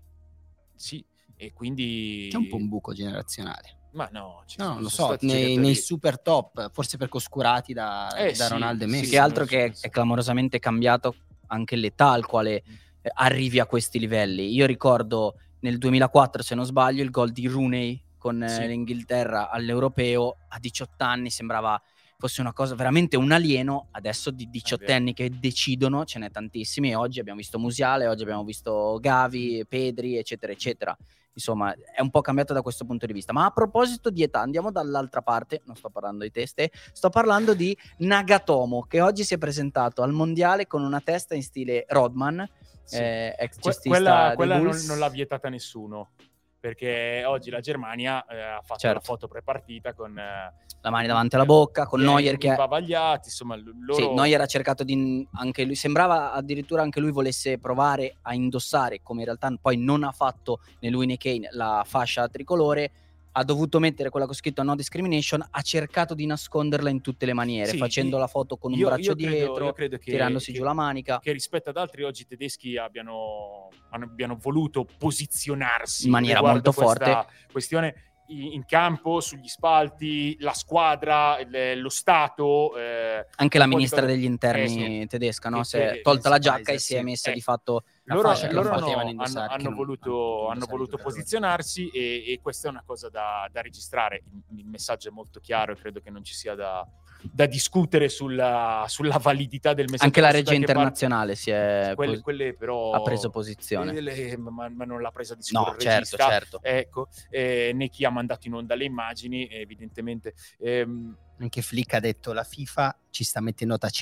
Sì, e quindi... C'è un po' un buco generazionale. Ma no, ci No, sono lo sono so, stati nei, giocatori- nei super top, forse perché oscurati da, Eh, da sì, Ronaldo e sì, Messi. Più che altro sì, che sì. è clamorosamente cambiato anche l'età al quale eh, arrivi a questi livelli. Io ricordo nel duemilaquattro, se non sbaglio, il gol di Rooney con eh, Sì. l'Inghilterra all'Europeo a diciotto anni sembrava fosse una cosa veramente un alieno. Adesso di diciottenni che decidono ce n'è tantissimi e oggi abbiamo visto Musiala, oggi abbiamo visto Gavi, Pedri, eccetera eccetera. Insomma, è un po' cambiato da questo punto di vista. Ma a proposito di età, andiamo dall'altra parte. Non sto parlando di teste, sto parlando di Nagatomo, che oggi si è presentato al mondiale con una testa in stile Rodman, Sì. eh, ex Que- cestista quella dei quella non, Bulls. non l'ha vietata nessuno, perché oggi la Germania eh, ha fatto Certo. la foto prepartita con eh, La mano davanti alla bocca, con gli Neuer che... imbavagliati, insomma, l- loro... Sì, Neuer ha cercato di... anche lui, sembrava addirittura anche lui volesse provare a indossare, come in realtà poi non ha fatto nell'U N K, la fascia tricolore, ha dovuto mettere quella con scritto no discrimination, ha cercato di nasconderla in tutte le maniere, Sì, facendo io- la foto con un io- braccio io credo- dietro, io credo che- tirandosi che- giù la manica, che rispetto ad altri oggi i tedeschi abbiano, hanno- abbiano voluto posizionarsi in maniera riguardo molto questa forte. questione in in campo, sugli spalti, la squadra, il- lo Stato. eh, Anche la un po' di ministra cose- degli interni Eh, sì. tedesca, no? Che- Si è che- tolta la Spicer, giacca e si è sì. messa Eh. di fatto La Loro, fascia che loro non hanno, potevano hanno- indossare, che hanno non- voluto, non potevano hanno indossare i voluto giocatori. posizionarsi e, e questa è una cosa da, da registrare. Il, il messaggio è molto chiaro e credo che non ci sia da, da discutere sulla, sulla validità del messaggio. Anche la Non so regia da che parte- internazionale si è quelle, pos- quelle però ha preso posizione. eh, le- ma, ma non l'ha presa di sicuro No, il certo, regista, certo. ecco, eh, né chi ha mandato in onda le immagini, evidentemente. Ehm, Anche Flick ha detto la FIFA ci sta mettendo tacere.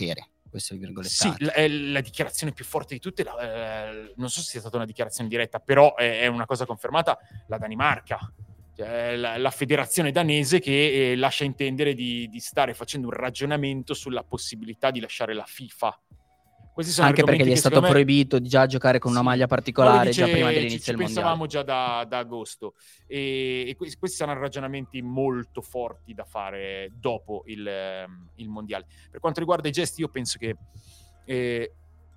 Questo è il Sì, virgolettato. la, è la dichiarazione più forte di tutte, la, eh, non so se sia stata una dichiarazione diretta, però è, è una cosa confermata, la Danimarca. Cioè, la, la federazione danese che eh, lascia intendere di, di stare facendo un ragionamento sulla possibilità di lasciare la FIFA. Questi sono Anche perché gli è che, stato me, proibito di già giocare con sì, una maglia ma particolare dice, già prima ci, dell'inizio ci del mondiale. pensavamo già da, da agosto e, e questi, questi saranno ragionamenti molto forti da fare dopo il, il mondiale. Per quanto riguarda i gesti, io penso che eh,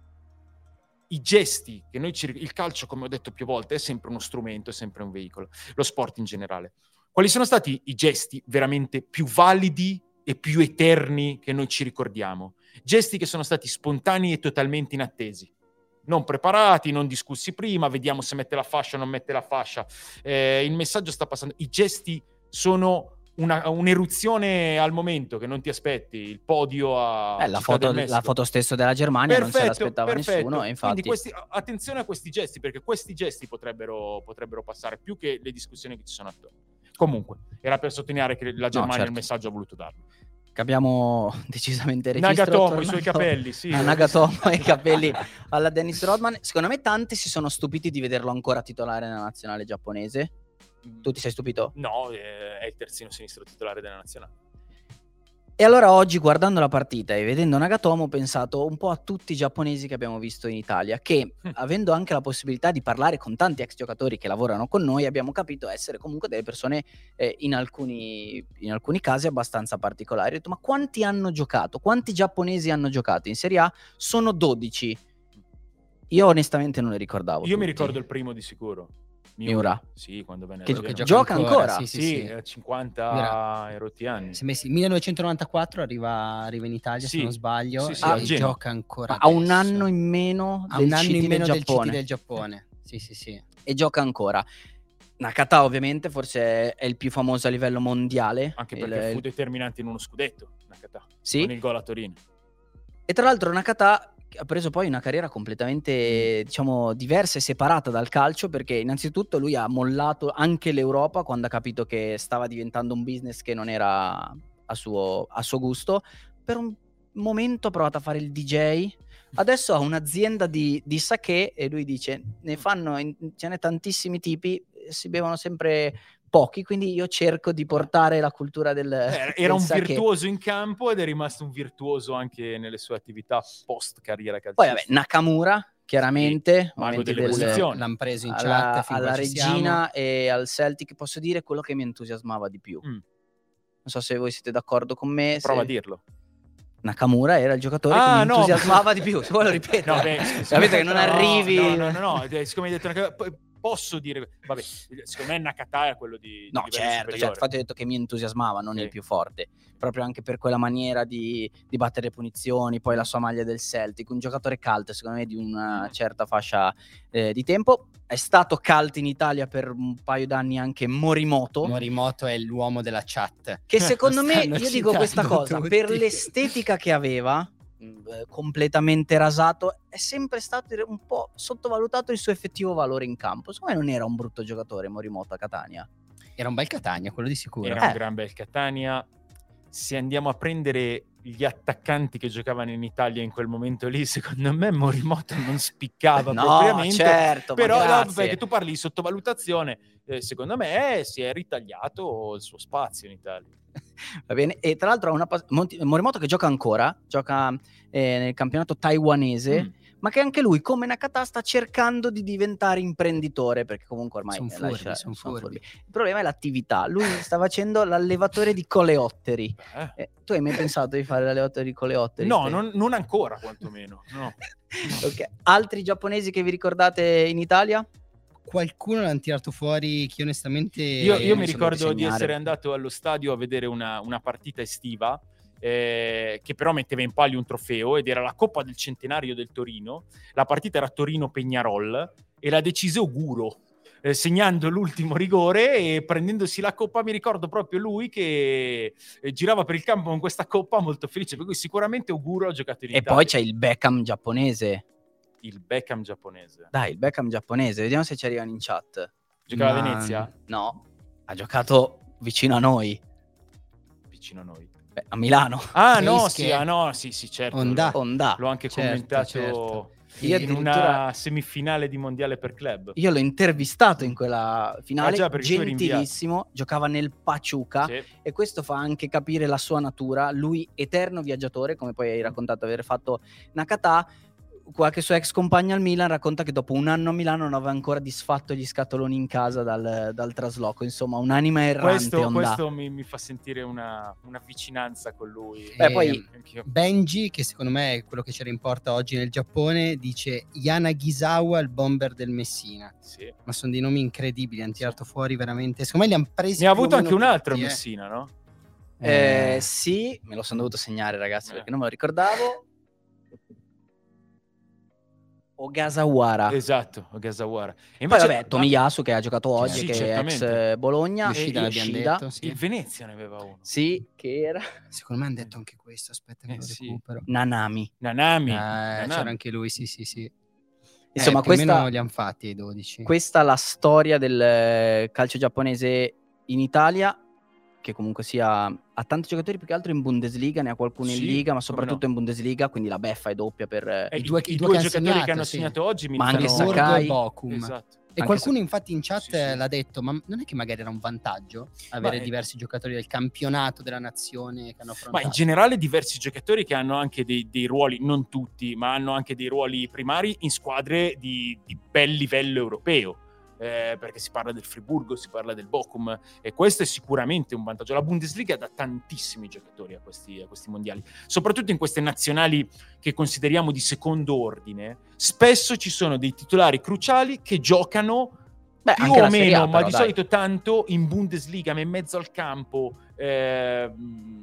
i gesti che noi ci, il calcio, come ho detto più volte, è sempre uno strumento, è sempre un veicolo, lo sport in generale. Quali sono stati i gesti veramente più validi e più eterni che noi ci ricordiamo? Gesti che sono stati spontanei e totalmente inattesi, non preparati, non discussi prima, vediamo se mette la fascia o non mette la fascia, eh, il messaggio sta passando. I gesti sono una, un'eruzione al momento che non ti aspetti, il podio a eh, la, Città foto, del Messico. la foto stesso della Germania Perfetto, non se l'aspettava perfetto. nessuno e infatti... Quindi questi, attenzione a questi gesti, perché questi gesti potrebbero, potrebbero passare più che le discussioni che ci sono attorno. Comunque, era per sottolineare che la Germania no, certo. il messaggio ha voluto darlo. Che abbiamo decisamente registro Nagatomo, i suoi capelli, sì. A Nagatomo e i capelli alla Dennis Rodman. Secondo me tanti si sono stupiti di vederlo ancora titolare nella nazionale giapponese. Tu ti sei stupito? No, è il terzino sinistro titolare della nazionale. E allora oggi, guardando la partita e vedendo Nagatomo, ho pensato un po' a tutti i giapponesi che abbiamo visto in Italia, che mm. avendo anche la possibilità di parlare con tanti ex giocatori che lavorano con noi, abbiamo capito essere comunque delle persone eh, in, alcuni, in alcuni casi abbastanza particolari. Ho detto, ma quanti hanno giocato? Quanti giapponesi hanno giocato in Serie A? Sono dodici. Io onestamente non ne ricordavo. Io tutti. mi ricordo il primo di sicuro. Miura. Sì, quando venne che, che gioca, gioca ancora, ancora. Sì, sì, sì, sì. cinquanta e rotti anni. Si è messi, millenovecentonovantaquattro arriva, arriva in Italia, sì. se non sbaglio, sì, sì, e ah, gioca ancora. Ha un anno in meno ha del un anno City in meno del del Giappone. City del Giappone. Sì, sì, sì. E gioca ancora. Nakata ovviamente forse è il più famoso a livello mondiale. Anche perché il, fu determinante in uno scudetto, Nakata, sì? con il gol a Torino. E tra l'altro Nakata ha preso poi una carriera completamente, diciamo, diversa e separata dal calcio, perché innanzitutto lui ha mollato anche l'Europa quando ha capito che stava diventando un business che non era a suo, a suo gusto. Per un momento ha provato a fare il D J, adesso ha un'azienda di, di sake e lui dice, ne fanno, in, ce n'è tantissimi tipi, si bevono sempre pochi, quindi io cerco di portare la cultura del eh, era del un sake. virtuoso in campo ed è rimasto un virtuoso anche nelle sue attività post carriera calcistica. Poi vabbè, Nakamura chiaramente, sì, mago delle del, posizioni, l'hanno preso in alla, chat alla Regina e al Celtic. Posso dire quello che mi entusiasmava di più, mm. non so se voi siete d'accordo con me. Prova se... a dirlo. Nakamura era il giocatore ah, che mi no, entusiasmava ma... di più, se vuoi lo ripeto. No, beh, capite che non no, arrivi. No, no, no, no, no. Siccome hai detto posso dire, vabbè, secondo me Nakata è quello di, di no, certo, certo, infatti ho detto che mi entusiasmava, non sì. il più forte, proprio anche per quella maniera di, di battere le punizioni, poi la sua maglia del Celtic, un giocatore cult secondo me di una certa fascia eh, di tempo. È stato cult in Italia per un paio d'anni anche Morimoto. Morimoto è l'uomo della chat. Che secondo me, io dico questa cosa, tutti. per l'estetica che aveva, completamente rasato, è sempre stato un po' sottovalutato il suo effettivo valore in campo. Secondo me non era un brutto giocatore Morimoto a Catania. Era un bel Catania, quello di sicuro. Era eh. un gran bel Catania. Se andiamo a prendere gli attaccanti che giocavano in Italia in quel momento lì, secondo me Morimoto non spiccava no, propriamente. Certo, però no, perché tu parli di sottovalutazione, eh, secondo me eh, si è ritagliato il suo spazio in Italia. Va bene, e tra l'altro ha una pas- Monti- Morimoto che gioca ancora, gioca eh, nel campionato taiwanese, mm. ma che anche lui, come Nakata, sta cercando di diventare imprenditore, perché comunque ormai sono eh, furbi, lascia, son son furbi. furbi. Il problema è l'attività. Lui sta facendo l'allevatore di coleotteri. Eh, tu hai mai pensato di fare l'allevatore di coleotteri? No, non, non ancora, quantomeno. No. no. Okay. Altri giapponesi che vi ricordate in Italia? Qualcuno l'hanno tirato fuori che onestamente... Io, io mi ricordo di essere andato allo stadio a vedere una, una partita estiva eh, che però metteva in palio un trofeo ed era la Coppa del Centenario del Torino. La partita era Torino-Peñarol e la decise Oguro, eh, segnando l'ultimo rigore e prendendosi la Coppa. Mi ricordo proprio lui che eh, girava per il campo con questa Coppa molto felice, per cui sicuramente Oguro ha giocato in e Italia. E poi c'è il Beckham giapponese. Il Beckham giapponese. Dai, il Beckham giapponese, vediamo se ci arrivano in chat. Giocava Ma... a Venezia? No, ha giocato vicino a noi. Vicino a noi. Beh, a Milano. Ah no, Pesche. sì, ah, no, sì, sì, certo. Honda. L'ho, Honda. l'ho anche Certo, commentato certo. Io in addirittura- una semifinale di mondiale per club. Io l'ho intervistato in quella finale, Ah, già, perché tu eri gentilissimo, giocava nel Pachuca Sì. e questo fa anche capire la sua natura. Lui eterno viaggiatore, come poi hai raccontato aver fatto Nakata. Qualche sua ex compagna al Milan racconta che dopo un anno a Milano non aveva ancora disfatto gli scatoloni in casa dal, dal trasloco. Insomma, un'anima errante. Questo, Honda. questo mi, mi fa sentire una, una vicinanza con lui. Beh, E poi- Anch'io. Benji, che secondo me è quello che c'era in porta oggi nel Giappone, dice Yanagisawa, il bomber del Messina. Sì. Ma sono dei nomi incredibili, hanno tirato fuori veramente. Secondo me li hanno presi. Ne ha più o avuto meno anche un altro tutti, eh. Messina, no? Eh, sì, me lo sono dovuto segnare, ragazzi, Eh. perché non me lo ricordavo. Ogasawara. Esatto, Ogasawara. E Poi invece vabbè, Tomiyasu che ha giocato oggi, Sì, che è certamente. ex Bologna. Yoshida e l'abbiamo Yoshida. detto, sì. il Venezia ne aveva uno. Sì, che era Secondo me hanno detto anche questo, aspetta che Eh, lo sì. recupero. Nanami. Nanami. Eh, Nanami. c'era anche lui, sì, sì, sì. Insomma, eh, più o questa, meno li hanno fatti ai dodici. questa è la storia del eh, calcio giapponese in Italia, che comunque sia ha tanti giocatori, più che altro in Bundesliga, ne ha qualcuno Sì, in Liga, ma come soprattutto no. in Bundesliga, quindi la beffa è doppia per... eh, Eh, I i, due- i i due, due che giocatori hanno che hanno segnato, segnato oggi mi Ma anche dicono... Friburgo Sakai. e Bochum. Esatto. E Anche qualcuno infatti in chat Sì, sì. l'ha detto, ma non è che magari era un vantaggio avere Ma è- diversi giocatori del campionato della nazione che hanno Ma affrontato? in generale diversi giocatori che hanno anche dei, dei ruoli, non tutti, ma hanno anche dei ruoli primari in squadre di, di bel livello europeo. Eh, perché si parla del Friburgo, si parla del Bochum, e questo è sicuramente un vantaggio. La Bundesliga dà tantissimi giocatori a questi, a questi mondiali, soprattutto in queste nazionali che consideriamo di secondo ordine. Spesso ci sono dei titolari cruciali che giocano Beh, più anche o la Serie meno, A, ma però, di dai. solito tanto in Bundesliga, ma in mezzo al campo. Eh,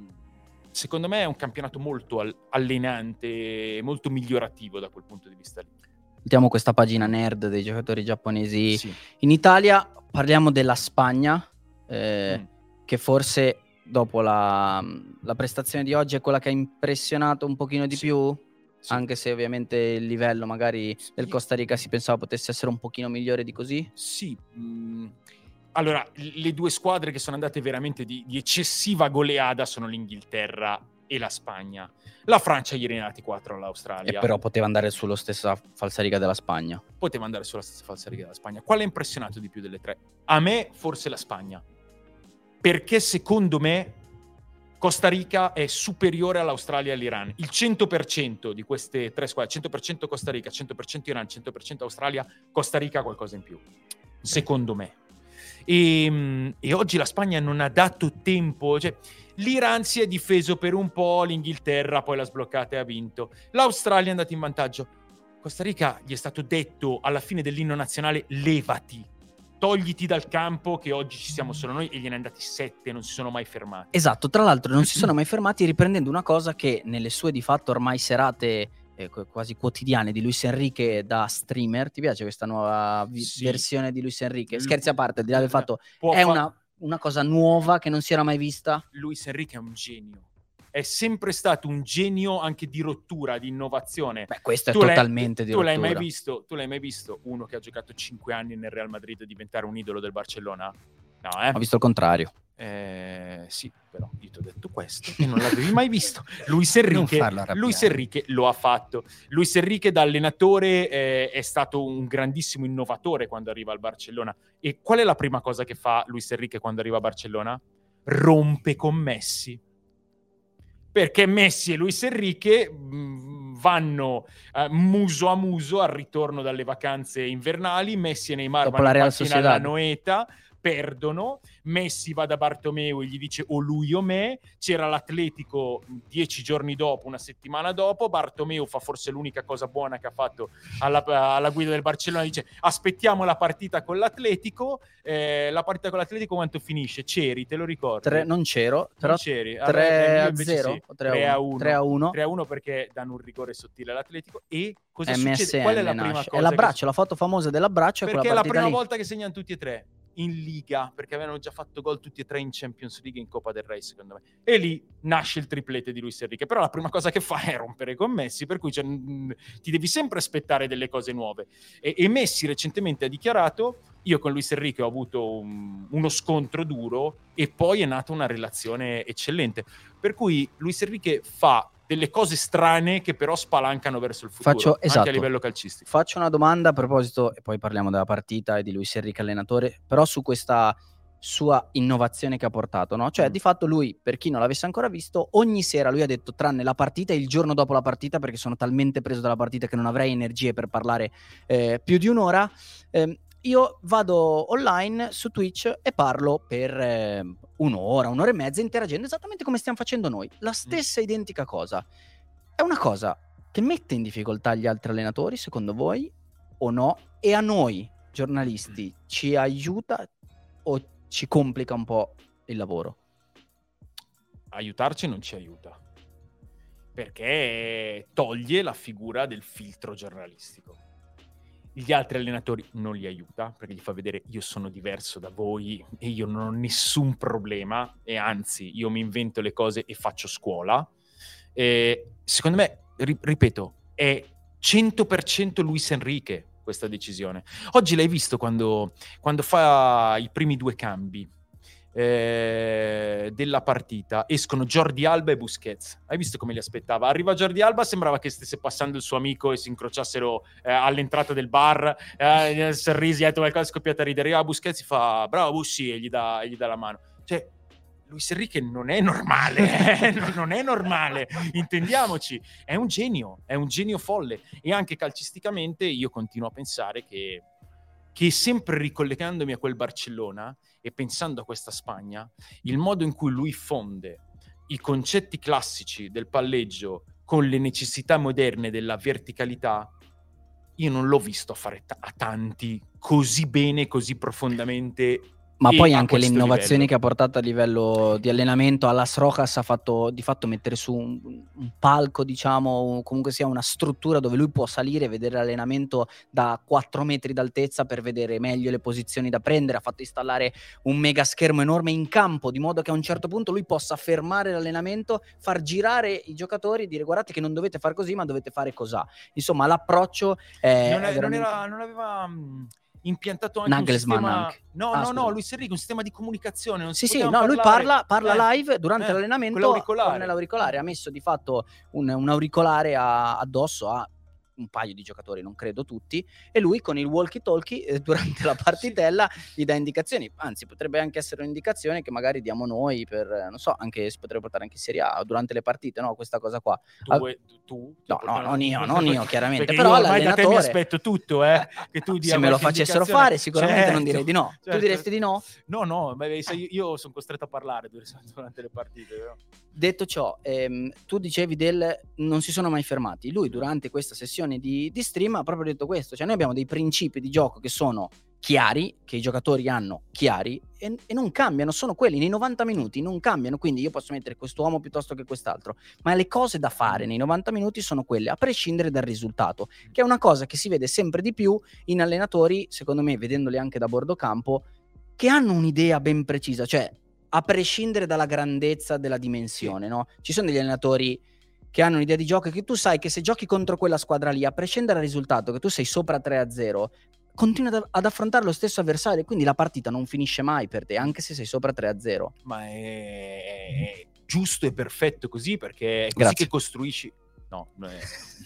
secondo me è un campionato molto al- allenante, molto migliorativo da quel punto di vista lì. Mettiamo questa pagina nerd dei giocatori giapponesi Sì. in Italia. Parliamo della Spagna, eh, Mm. che forse dopo la, la prestazione di oggi è quella che ha impressionato un pochino di Sì. più, Sì. anche se ovviamente il livello magari del Sì. Costa Rica si pensava potesse essere un pochino migliore di così. Sì, mh, allora le due squadre che sono andate veramente di, di eccessiva goleada sono l'Inghilterra e la Spagna. La Francia gli è andati quattro all'Australia. E però poteva andare sulla stessa falsariga della Spagna. Poteva andare sulla stessa falsariga della Spagna. Quale ha impressionato di più delle tre? A me forse la Spagna, perché secondo me Costa Rica è superiore all'Australia e all'Iran. Il cento per cento di queste tre squadre, cento per cento Costa Rica, cento per cento Iran, cento per cento Australia, Costa Rica ha qualcosa in più, secondo me. E, e oggi la Spagna non ha dato tempo, cioè l'Iran si è difeso per un po', l'Inghilterra poi l'ha sbloccata e ha vinto. L'Australia è andata in vantaggio. Costa Rica gli è stato detto alla fine dell'inno nazionale: levati, togliti dal campo che oggi ci siamo solo noi, e gliene è andati sette, non si sono mai fermati. Esatto, tra l'altro non si sono mai fermati, riprendendo una cosa che nelle sue di fatto ormai serate eh, qu- quasi quotidiane di Luis Enrique da streamer. Ti piace questa nuova vi- Sì. versione di Luis Enrique? Mm. Scherzi a parte, al di là del fatto, Può è fa- una, una cosa nuova che non si era mai vista. Luis Enrique è un genio. È sempre stato un genio anche di rottura, di innovazione. Beh, questo è Tu l'hai- totalmente di tu l'hai mai rottura. visto? Tu l'hai mai visto uno che ha giocato cinque anni nel Real Madrid diventare un idolo del Barcellona? No, eh? Ho visto il contrario. Eh, sì, però io ti ho detto questo e non l'avevi mai visto. Luis Non Enrique, farlo arrabbiare. Luis Enrique lo ha fatto. Luis Enrique da allenatore eh, è stato un grandissimo innovatore quando arriva al Barcellona. E qual è la prima cosa che fa Luis Enrique quando arriva a Barcellona? Rompe con Messi. Perché Messi e Luis Enrique mh, vanno eh, muso a muso al ritorno dalle vacanze invernali. Messi e Neymar Dopo vanno la in Real macchina Sociedad. alla Noeta, perdono. Messi va da Bartomeu e gli dice o lui o me. C'era l'Atletico dieci giorni dopo, una settimana dopo. Bartomeu fa forse l'unica cosa buona che ha fatto alla, alla guida del Barcellona, dice aspettiamo la partita con l'Atletico. Eh, la partita con l'Atletico quanto finisce? C'eri, te lo ricordi? Tre- non c'ero, però Non c'eri. tre Io a invece zero sì. o tre a uno. tre a uno. tre a uno perché danno un rigore sottile all'Atletico. E cosa M S N succede? Qual è la prima nasce. cosa? È l'abbraccio, la foto famosa dell'abbraccio è Perché quella è la partita prima lì. volta che segnano tutti e tre. in Liga, perché avevano già fatto gol tutti e tre in Champions League e in Coppa del Re, secondo me. E lì nasce il triplete di Luis Enrique. Però la prima cosa che fa è rompere con Messi, per cui cioè, mh, ti devi sempre aspettare delle cose nuove. E, e Messi recentemente ha dichiarato: io con Luis Enrique ho avuto un, uno scontro duro e poi è nata una relazione eccellente. Per cui Luis Enrique fa delle cose strane che però spalancano verso il futuro, Faccio, esatto, anche a livello calcistico. Faccio una domanda a proposito, e poi parliamo della partita e di Luis Enrique allenatore, però su questa sua innovazione che ha portato, no? Cioè, Mm. di fatto lui, per chi non l'avesse ancora visto, ogni sera lui ha detto, tranne la partita e il giorno dopo la partita, perché sono talmente preso dalla partita che non avrei energie per parlare eh, più di un'ora, eh, io vado online su Twitch e parlo per eh, un'ora, un'ora e mezza, interagendo esattamente come stiamo facendo noi. La stessa identica cosa. È una cosa che mette in difficoltà gli altri allenatori, secondo voi, o no? E a noi, giornalisti, ci aiuta o ci complica un po' il lavoro? Aiutarci non ci aiuta, perché toglie la figura del filtro giornalistico. Gli altri allenatori non li aiuta, perché gli fa vedere: io sono diverso da voi e io non ho nessun problema, e anzi io mi invento le cose e faccio scuola. E secondo me, ri- ripeto, è cento per cento Luis Enrique questa decisione. Oggi l'hai visto quando, quando fa i primi due cambi eh, della partita, escono Jordi Alba e Busquets. Hai visto come li aspettava? Arriva Jordi Alba, sembrava che stesse passando il suo amico e si incrociassero eh, all'entrata del bar, eh, sorrisi, ha detto qualcosa, è scoppiata a ridere. Ah, Busquets si fa bravo Bussi e gli dà, e gli dà la mano. Cioè, Luis Enrique non è normale, eh? non è normale, intendiamoci, è un genio, è un genio folle. E anche calcisticamente io continuo a pensare che, che sempre ricollegandomi a quel Barcellona e pensando a questa Spagna, il modo in cui lui fonde i concetti classici del palleggio con le necessità moderne della verticalità, io non l'ho visto fare t- a tanti così bene, così profondamente. Ma e poi a anche le questo innovazioni livello. che ha portato a livello di allenamento a Las Rojas ha fatto di fatto mettere su un, un palco, diciamo, o comunque sia una struttura dove lui può salire e vedere l'allenamento da quattro metri d'altezza per vedere meglio le posizioni da prendere. Ha fatto installare un mega schermo enorme in campo, di modo che a un certo punto lui possa fermare l'allenamento, far girare i giocatori e dire: guardate che non dovete fare così, ma dovete fare cosà. Insomma, l'approccio è, non, è, è veramente... non, era, non aveva mh, impiantato anche Nagelsmann un sistema anche. no Ah, no scusa. no Luis Enrique, un sistema di comunicazione, non Sì, si sì, poteva no, lui parlare. parla, parla Eh, live durante eh, l'allenamento con l'auricolare. con l'auricolare. Ha messo di fatto un, un auricolare a- addosso a un paio di giocatori, non credo tutti, e lui con il walkie-talkie eh, durante la partitella gli dà indicazioni. Anzi, potrebbe anche essere un'indicazione che magari diamo noi per, eh, non so, anche si potrebbe portare anche in Serie A durante le partite, no? Questa cosa qua. Tu, Ah, vuoi- tu, tu no, no, non io, non io, chiaramente. Perché Però io ormai da te mi l'allenatore... aspetto tutto, eh, che tu dia se me lo qualche facessero indicazione. fare, sicuramente non Certo, direi di no. certo. Tu diresti di no? No, no, beh, sai, io sono costretto a parlare durante le partite. Vero? Detto ciò, ehm, tu dicevi del non si sono mai fermati. Lui durante questa sessione di, di stream ha proprio detto questo, cioè noi abbiamo dei principi di gioco che sono chiari, che i giocatori hanno chiari e, e non cambiano, sono quelli, nei novanta minuti non cambiano, quindi io posso mettere quest'uomo piuttosto che quest'altro, ma le cose da fare nei novanta minuti sono quelle, a prescindere dal risultato, che è una cosa che si vede sempre di più in allenatori, secondo me, vedendoli anche da bordo campo, che hanno un'idea ben precisa, cioè a prescindere dalla grandezza della dimensione, sì. No? Ci sono degli allenatori che hanno un'idea di gioco e che tu sai che se giochi contro quella squadra lì, a prescindere dal risultato, che tu sei sopra tre a zero, continui ad, ad affrontare lo stesso avversario, quindi la partita non finisce mai per te, anche se sei sopra tre a zero. Ma è, è giusto e perfetto così, perché è così Grazie. che costruisci... No, è...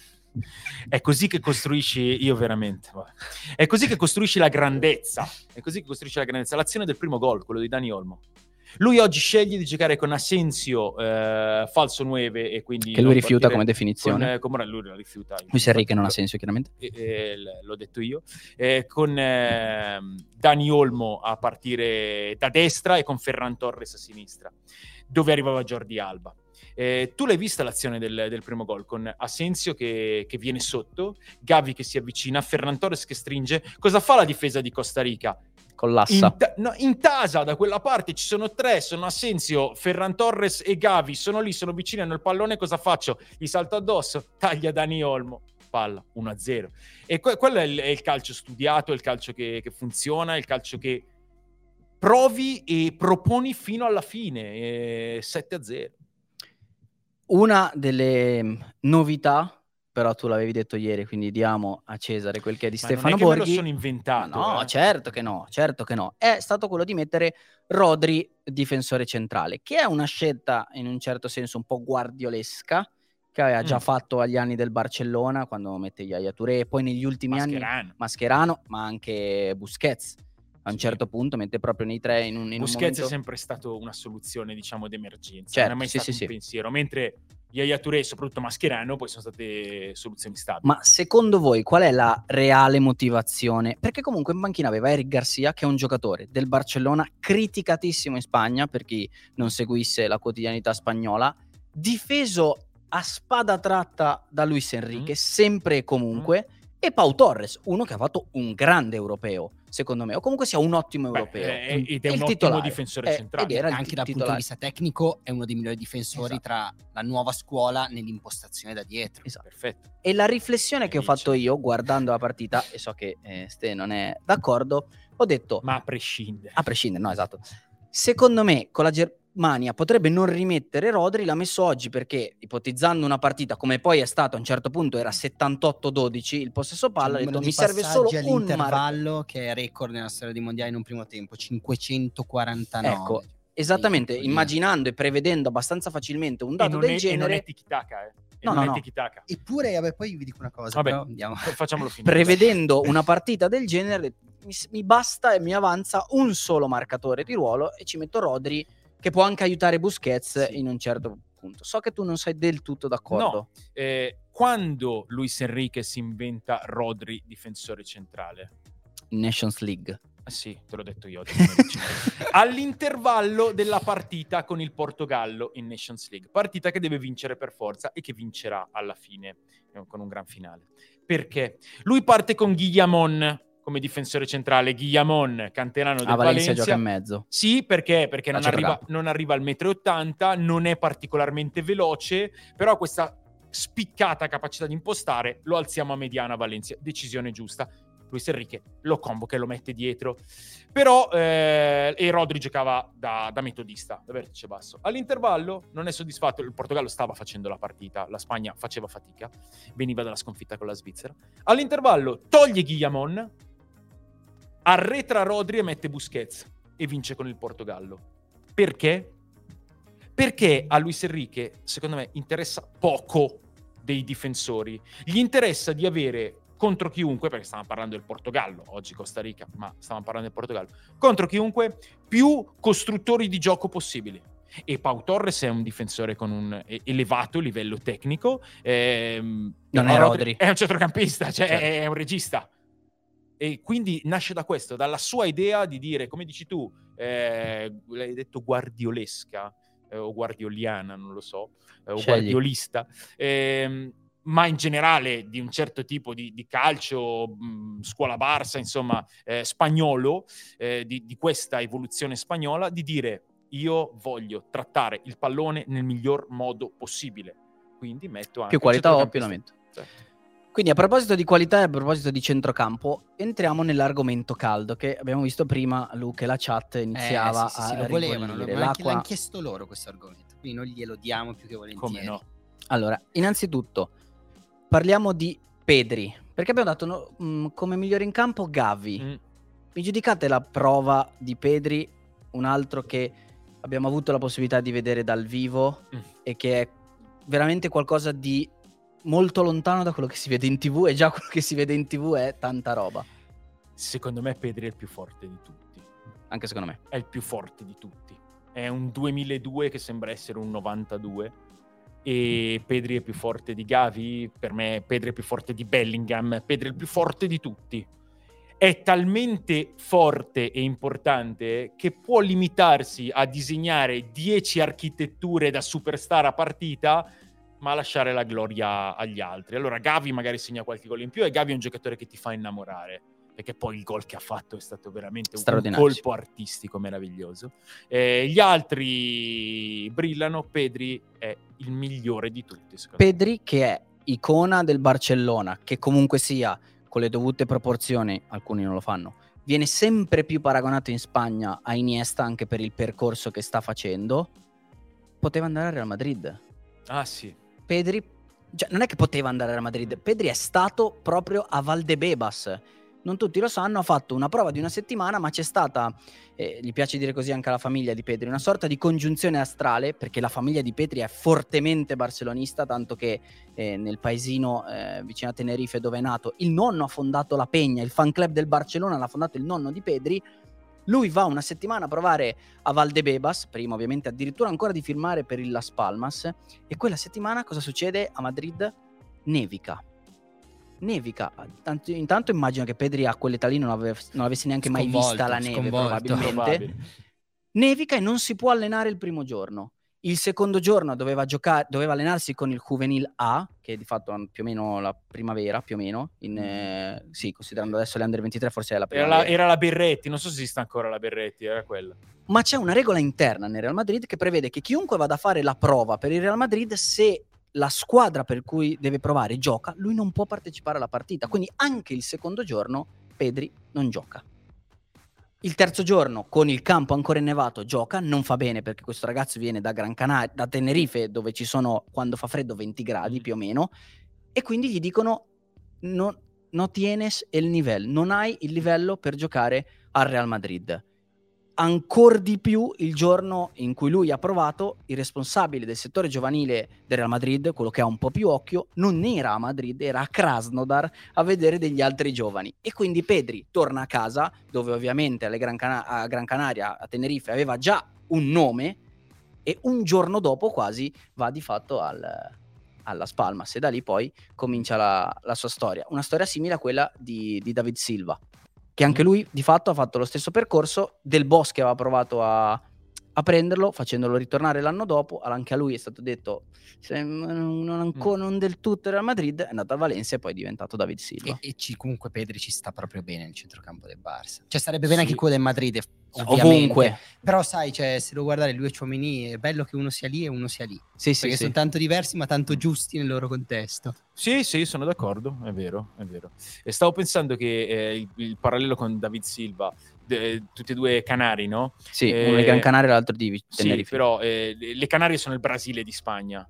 è così che costruisci... Io veramente... Vabbè. È così che costruisci la grandezza. È così che costruisci la grandezza. L'azione del primo gol, quello di Dani Olmo. Lui oggi sceglie di giocare con Asensio eh, falso nueve e quindi che lui rifiuta come definizione con, come lui la rifiuta Luis Enrique non ha senso chiaramente eh, eh, l'ho detto io eh, con eh, Dani Olmo a partire da destra e con Ferran Torres a sinistra dove arrivava Jordi Alba. Eh, tu l'hai vista l'azione del, del primo gol con Asensio che, che viene sotto, Gavi che si avvicina, Ferran Torres che stringe. Cosa fa la difesa di Costa Rica? Collassa. In, ta- no, in tasa da quella parte ci sono tre, sono Asensio, Ferran Torres e Gavi, sono lì, sono vicini, hanno il pallone, cosa faccio? Gli salto addosso, taglia Dani Olmo, palla, uno a zero. E que- quello è il, è il calcio studiato, è il calcio che, che funziona, è il calcio che provi e proponi fino alla fine, eh, sette a zero. Una delle novità, però tu l'avevi detto ieri, quindi diamo a Cesare quel che è di Ma Stefano non è che Borghi. me lo sono inventato. Ma no, eh. certo che no, certo che no. È stato quello di mettere Rodri difensore centrale, che è una scelta in un certo senso un po' guardiolesca, che aveva già Mm. fatto agli anni del Barcellona, quando mette Yaya Touré, poi negli ultimi anni Mascherano. Mascherano, ma anche Busquets. A un Sì. certo punto mette proprio nei tre in un, in un Busquets momento... è sempre stato una soluzione, diciamo, d'emergenza. Certo, non è mai sì, stato sì, un sì. pensiero. Mentre Yaya Touré e soprattutto Mascherano poi sono state soluzioni stabili. Ma secondo voi qual è la reale motivazione? Perché comunque in panchina aveva Eric Garcia, che è un giocatore del Barcellona criticatissimo in Spagna, per chi non seguisse la quotidianità spagnola, difeso a spada tratta da Luis Enrique, Mm. sempre e comunque, mm. e Pau Torres, uno che ha fatto un grande europeo, secondo me, o comunque sia un ottimo Beh, europeo. eh, ed è E un il ottimo titolare. difensore Eh, centrale. ed era il Anche ti- dal punto di titolare. vista tecnico è uno dei migliori difensori Esatto. tra la nuova scuola nell'impostazione da dietro. Esatto. Perfetto. E la riflessione che ho Felice. fatto io guardando la partita, e so che eh, Ste non è d'accordo, ho detto, Ma a prescindere. a prescindere, no, esatto, secondo me con la Germania potrebbe non rimettere Rodri, l'ha messo oggi perché, ipotizzando una partita come poi è stato a un certo punto, era settantotto dodici il possesso C'è palla, ha il detto numero mi di serve solo passaggi un marco. all'intervallo che è record nella storia dei mondiali in un primo tempo, cinquecentoquarantanove. Ecco, esattamente, Sì, immaginando e prevedendo abbastanza facilmente un E dato non, del è, e non genere, è tiki-taka, eh. E No, non no, è no. tiki-taka. Eppure, vabbè, poi vi dico una cosa, Vabbè, però andiamo. facciamolo finire. prevedendo una partita del genere, mi, mi basta e mi avanza un solo marcatore di ruolo e ci metto Rodri, che può anche aiutare Busquets Sì. in un certo punto. So che tu non sei del tutto d'accordo. No, eh, quando Luis Enrique si inventa Rodri difensore centrale? Nations League. Ah, sì, te l'ho detto io. All'intervallo della partita con il Portogallo in Nations League. Partita che deve vincere per forza e che vincerà alla fine, eh, con un gran finale. Perché? Lui parte con Guillamon come difensore centrale. Guillamon, canterano del A Valencia, Valencia. gioca in mezzo. Sì, perché? Perché A non arriva, centrocampo. non arriva al metro e ottanta, non è particolarmente veloce, però ha questa spiccata capacità di impostare. Lo alziamo a mediana a Valencia. Decisione giusta. Luis Enrique lo convoca e lo mette dietro. Però, eh, e Rodri giocava da, da metodista, da vertice basso. All'intervallo non è soddisfatto, il Portogallo stava facendo la partita, la Spagna faceva fatica, veniva dalla sconfitta con la Svizzera. All'intervallo toglie Guillamon, arretra Rodri e mette Busquets e vince con il Portogallo. Perché? Perché a Luis Enrique, secondo me, interessa poco dei difensori. Gli interessa di avere contro chiunque, perché stavamo parlando del Portogallo, oggi Costa Rica, ma stavamo parlando del Portogallo, contro chiunque, più costruttori di gioco possibili. E Pau Torres è un difensore con un elevato livello tecnico. Ehm, non è Rodri. È un centrocampista, cioè certo. è un regista. E quindi nasce da questo, dalla sua idea di dire, come dici tu, eh, l'hai detto guardiolesca, eh, o guardioliana, non lo so, eh, o Scegli. guardiolista, ehm, ma in generale di un certo tipo di, di calcio, mh, scuola Barça, insomma, eh, spagnolo, eh, di, di questa evoluzione spagnola, di dire io voglio trattare il pallone nel miglior modo possibile. Quindi metto anche Più qualità o più centrocampista. lamento. Certo. Quindi a proposito di qualità e a proposito di centrocampo, entriamo nell'argomento caldo che abbiamo visto prima, Luca, e la chat iniziava eh, sì, sì, sì, a lo volevano, ribollire. lo, ma anche L'acqua... l'hanno chiesto loro questo argomento, quindi non glielo diamo più che volentieri. Come no? Allora, innanzitutto parliamo di Pedri, perché abbiamo dato no, mh, come migliore in campo Gavi. Mm. Mi giudicate la prova di Pedri, un altro che abbiamo avuto la possibilità di vedere dal vivo Mm. e che è veramente qualcosa di molto lontano da quello che si vede in tivù, e già quello che si vede in tivù è tanta roba. Secondo me Pedri è il più forte di tutti. Anche secondo me. È il più forte di tutti. È un duemiladue che sembra essere un novantadue. E Pedri è più forte di Gavi. Per me Pedri è più forte di Bellingham. Pedri è il più forte di tutti. È talmente forte e importante che può limitarsi a disegnare dieci architetture da superstar a partita, ma lasciare la gloria agli altri. Allora Gavi magari segna qualche gol in più, e Gavi è un giocatore che ti fa innamorare, perché poi il gol che ha fatto è stato veramente un, un colpo artistico meraviglioso. Eh, gli altri brillano, Pedri è il migliore di tutti, secondo Pedri me. Che è icona del Barcellona, che comunque sia, con le dovute proporzioni, alcuni non lo fanno, viene sempre più paragonato in Spagna a Iniesta anche per il percorso che sta facendo, poteva andare al Real Madrid. Ah sì. Pedri, cioè, non è che poteva andare al Real Madrid, Pedri è stato proprio a Valdebebas. Non tutti lo sanno, ha fatto una prova di una settimana, ma c'è stata, eh, gli piace dire così anche alla famiglia di Pedri, una sorta di congiunzione astrale, perché la famiglia di Pedri è fortemente barcelonista, tanto che eh, nel paesino eh, vicino a Tenerife dove è nato, il nonno ha fondato la Peña, il fan club del Barcellona l'ha fondato il nonno di Pedri. Lui va una settimana a provare a Valdebebas, prima ovviamente addirittura ancora di firmare per il Las Palmas, e quella settimana cosa succede a Madrid? Nevica. Nevica. Tanto, intanto immagino che Pedri a quell'età lì non, aveva, non avesse neanche mai Sconvolto, vista la neve, sconvolto. probabilmente. Probabile. Nevica e non si può allenare il primo giorno. Il secondo giorno doveva giocare, doveva allenarsi con il Juvenil A, che è di fatto più o meno la primavera, più o meno, in, eh, sì, considerando adesso le under ventitré forse è la Era primavera. la, era la Berretti, non so se esiste ancora la Berretti, era quella. Ma c'è una regola interna nel Real Madrid che prevede che chiunque vada a fare la prova per il Real Madrid, se la squadra per cui deve provare gioca, lui non può partecipare alla partita. Quindi anche il secondo giorno Pedri non gioca. Il terzo giorno, con il campo ancora innevato, gioca, non fa bene perché questo ragazzo viene da Gran Canaria, da Tenerife, dove ci sono, quando fa freddo, venti gradi più o meno, e quindi gli dicono no, no tienes el nivel, non hai il livello per giocare al Real Madrid. Ancor di più il giorno in cui lui ha provato, il responsabile del settore giovanile del Real Madrid, quello che ha un po' più occhio, non era a Madrid, era a Krasnodar a vedere degli altri giovani. E quindi Pedri torna a casa, dove ovviamente alle Gran Cana- a Gran Canaria, a Tenerife, aveva già un nome, e un giorno dopo quasi va di fatto al, alla Palmas, e da lì poi comincia la, la sua storia. Una storia simile a quella di, di David Silva, che anche lui di fatto ha fatto lo stesso percorso. Del Bosque aveva provato a, a prenderlo, facendolo ritornare l'anno dopo. Anche a lui è stato detto se, non, ancora, non del tutto era Madrid, è andato a Valencia e poi è diventato David Silva. E, e ci, comunque Pedri ci sta proprio bene nel centrocampo del Barça. Cioè sarebbe bene sì. anche quello del Madrid, ovviamente. Ovunque. Però sai, cioè, se lo guardare lui e Tchouaméni, è bello che uno sia lì e uno sia lì. Sì, sì, perché sì. sono tanto diversi ma tanto giusti nel loro contesto. Sì, sì, sono d'accordo, è vero, è vero. E stavo pensando che eh, il, il parallelo con David Silva, de, tutti e due canari, no? Sì, eh, uno di Gran Canaria e l'altro di Tenerife. Sì, però eh, le Canarie sono il Brasile di Spagna.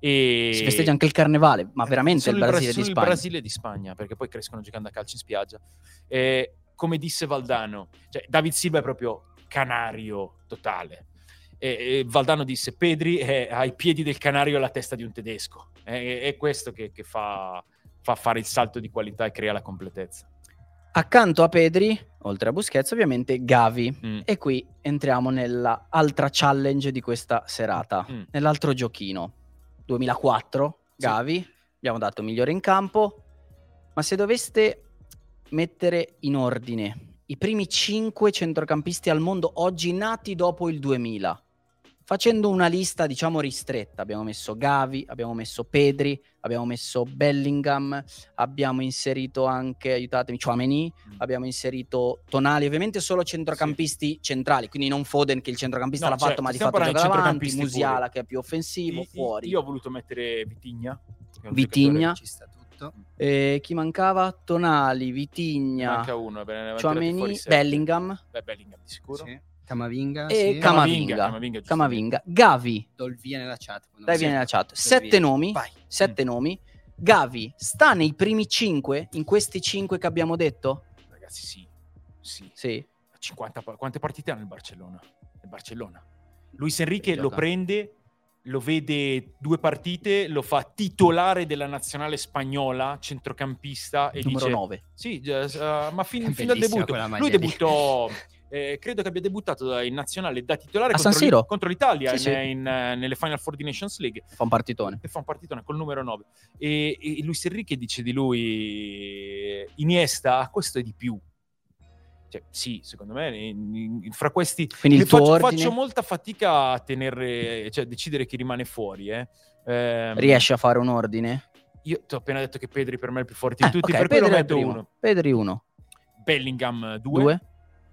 E si festeggia anche il carnevale, ma veramente sono il Brasile il, di sono Spagna. il Brasile di Spagna, perché poi crescono giocando a calcio in spiaggia. E, come disse Valdano, cioè David Silva è proprio canario totale. E, e Valdano disse: Pedri è ai piedi del canario e la testa di un tedesco. È, è questo che, che fa, fa fare il salto di qualità e crea la completezza. Accanto a Pedri, oltre a Busquets, ovviamente Gavi. Mm. E qui entriamo nella altra challenge di questa serata, Mm. nell'altro giochino. duemilaquattro, Gavi, sì. Abbiamo dato migliore in campo, ma se doveste mettere in ordine i primi cinque centrocampisti al mondo oggi nati dopo il duemila, facendo una lista diciamo ristretta, abbiamo messo Gavi, abbiamo messo Pedri, abbiamo messo Bellingham, abbiamo inserito anche, aiutatemi, Tchouaméni, mm. abbiamo inserito Tonali, ovviamente solo centrocampisti sì. centrali, quindi non Foden che il centrocampista no, l'ha certo, fatto ma di fatto gioca davanti, Musiala fuori. Che è più offensivo, I, fuori. Io ho voluto mettere Vitinha. Vitinha. Ci sta tutto. Eh, chi mancava? Tonali, Vitinha, manca uno, Tchouaméni, Bellingham. Beh, Bellingham di sicuro. Sì. Camavinga e sì. Camavinga, Camavinga, Camavinga. Gavi, do il via nella chat. Dai via nella chat. Sette via. nomi, Vai. sette mm. nomi. Gavi sta nei primi cinque, in questi cinque che abbiamo detto? Ragazzi, sì, sì. sì. cinquanta, quante partite ha nel Barcellona? Nel Barcellona. Luis Enrique lo prende, lo vede due partite, lo fa titolare della nazionale spagnola, centrocampista e numero dice nove. Sì, uh, ma fin, fin dal debutto. Lui debuttò Eh, credo che abbia debuttato in nazionale da titolare a contro, San Siro. contro l'Italia sì, in, sì. In, in, nelle Final Four di Nations League. Fa un partitone. E fa un partitone col numero nove. E, e Luis Enrique dice di lui: Iniesta, questo è di più. Cioè, sì, secondo me, in, in, fra questi. Quindi il tuo faccio, ordine... faccio molta fatica a tenere, cioè decidere chi rimane fuori. Eh. Ehm, Riesci a fare un ordine? Io ti ho appena detto che Pedri per me è il più forte di eh, tutti, okay, per quello Pedri metto uno. Pedri uno. Bellingham due. due.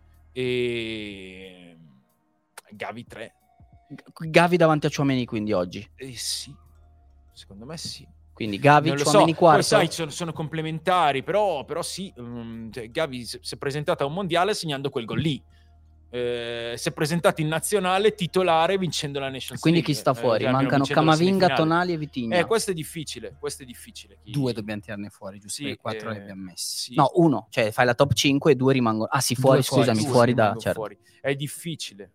E Gavi tre. Gavi davanti a Tchouaméni quindi oggi? Eh sì, secondo me sì. Quindi Gavi, non lo Tchouaméni so, quarto. poi sai, sono, sono complementari, però, però sì, um, cioè, Gavi si è presentato a un mondiale segnando quel gol lì. Eh, si è presentato in nazionale titolare vincendo la Nations Quindi League. chi sta fuori? Eh, Mancano Camavinga, Tonali e Vitinha. Eh, questo è difficile, questo è difficile. Chi... Due dobbiamo tirarne fuori, giusto? Sì, Perché quattro eh, li abbiamo messi. Sì. No, uno, cioè fai la top cinque e due rimangono. Ah, sì, fuori, Due fuori, scusami, due fuori da rimangono certo. fuori. È difficile.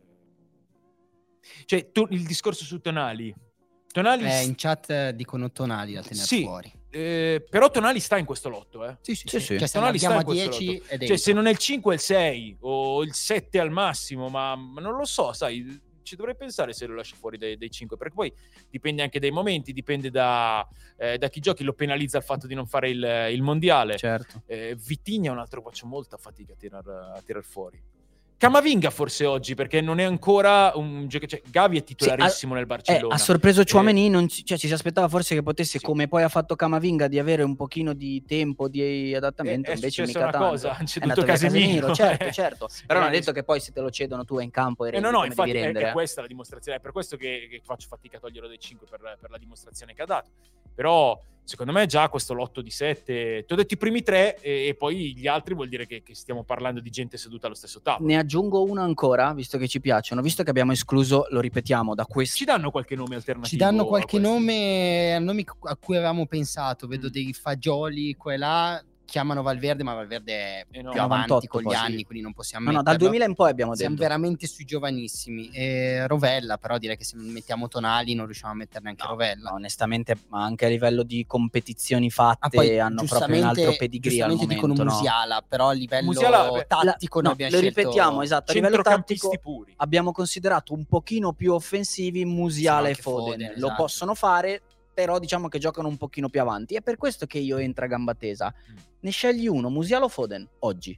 Cioè, tu, il discorso su Tonali. Tonali Eh, in chat dicono Tonali da tenere sì, fuori. Eh, però Tonali sta in questo lotto, eh. Sì, sì, Sì, sì. sì. Cioè, se Tonali sta andiamo in a questo dieci lotto. è dentro. Cioè, se non è il cinque è il sei o il sette al massimo, ma, ma non lo so, sai, ci dovrei pensare se lo lascio fuori dai, dai cinque, perché poi dipende anche dai momenti, dipende da, eh, da chi giochi, lo penalizza il fatto di non fare il, il mondiale. Certo. Eh, Vitinha è un altro che faccio molta fatica a tirar, a tirar fuori. Camavinga forse oggi, perché non è ancora un giocatore. Cioè, Gavi è titolarissimo sì, nel Eh, Barcellona. ha sorpreso Tchouaméni, Eh, non si- cioè, ci si aspettava forse che potesse, sì. come poi ha fatto Camavinga, di avere un pochino di tempo di È, adattamento, è invece successa mica una tanto. cosa, ha È ceduto andato via Casemiro. certo, eh. certo. Sì, Però non è adesso- detto che poi se te lo cedono tu è in campo e Eh rendi no, no, come infatti devi è, rendere. è questa la dimostrazione, è per questo che, che faccio fatica a toglierlo dai cinque per, per la dimostrazione che ha dato. Però secondo me già questo lotto di sette, ti ho detto i primi tre e, e poi gli altri vuol dire che, che stiamo parlando di gente seduta allo stesso tavolo. Ne aggiungo una ancora, visto che ci piacciono, visto che abbiamo escluso, lo ripetiamo, da questo. Ci danno qualche nome alternativo? Ci danno a qualche questi? nome, nomi a cui avevamo pensato. Vedo Mm. dei fagioli qua e là. Chiamano Valverde, ma Valverde è Eh no, più avanti novantotto con gli poi, anni, sì. quindi non possiamo No, no, dal metterlo. duemila in poi abbiamo Siamo detto. veramente sui giovanissimi. E Rovella, però direi che se mettiamo Tonali non riusciamo a mettere neanche No, Rovella. no, onestamente, ma anche a livello di competizioni fatte, Ah, poi hanno proprio un altro pedigree al giustamente momento, dicono no? Musiala, però a livello Musiala, beh, tattico La- noi no, abbiamo lo scelto ripetiamo, esatto, a livello Centrocampisti tattico puri. abbiamo considerato un pochino più offensivi Musiala Sì, e anche Foden, Foden, lo esatto. possono fare, però diciamo che giocano un pochino più avanti. È per questo che io entro a gamba tesa. Mm. Ne scegli uno, Musiala o Foden, oggi?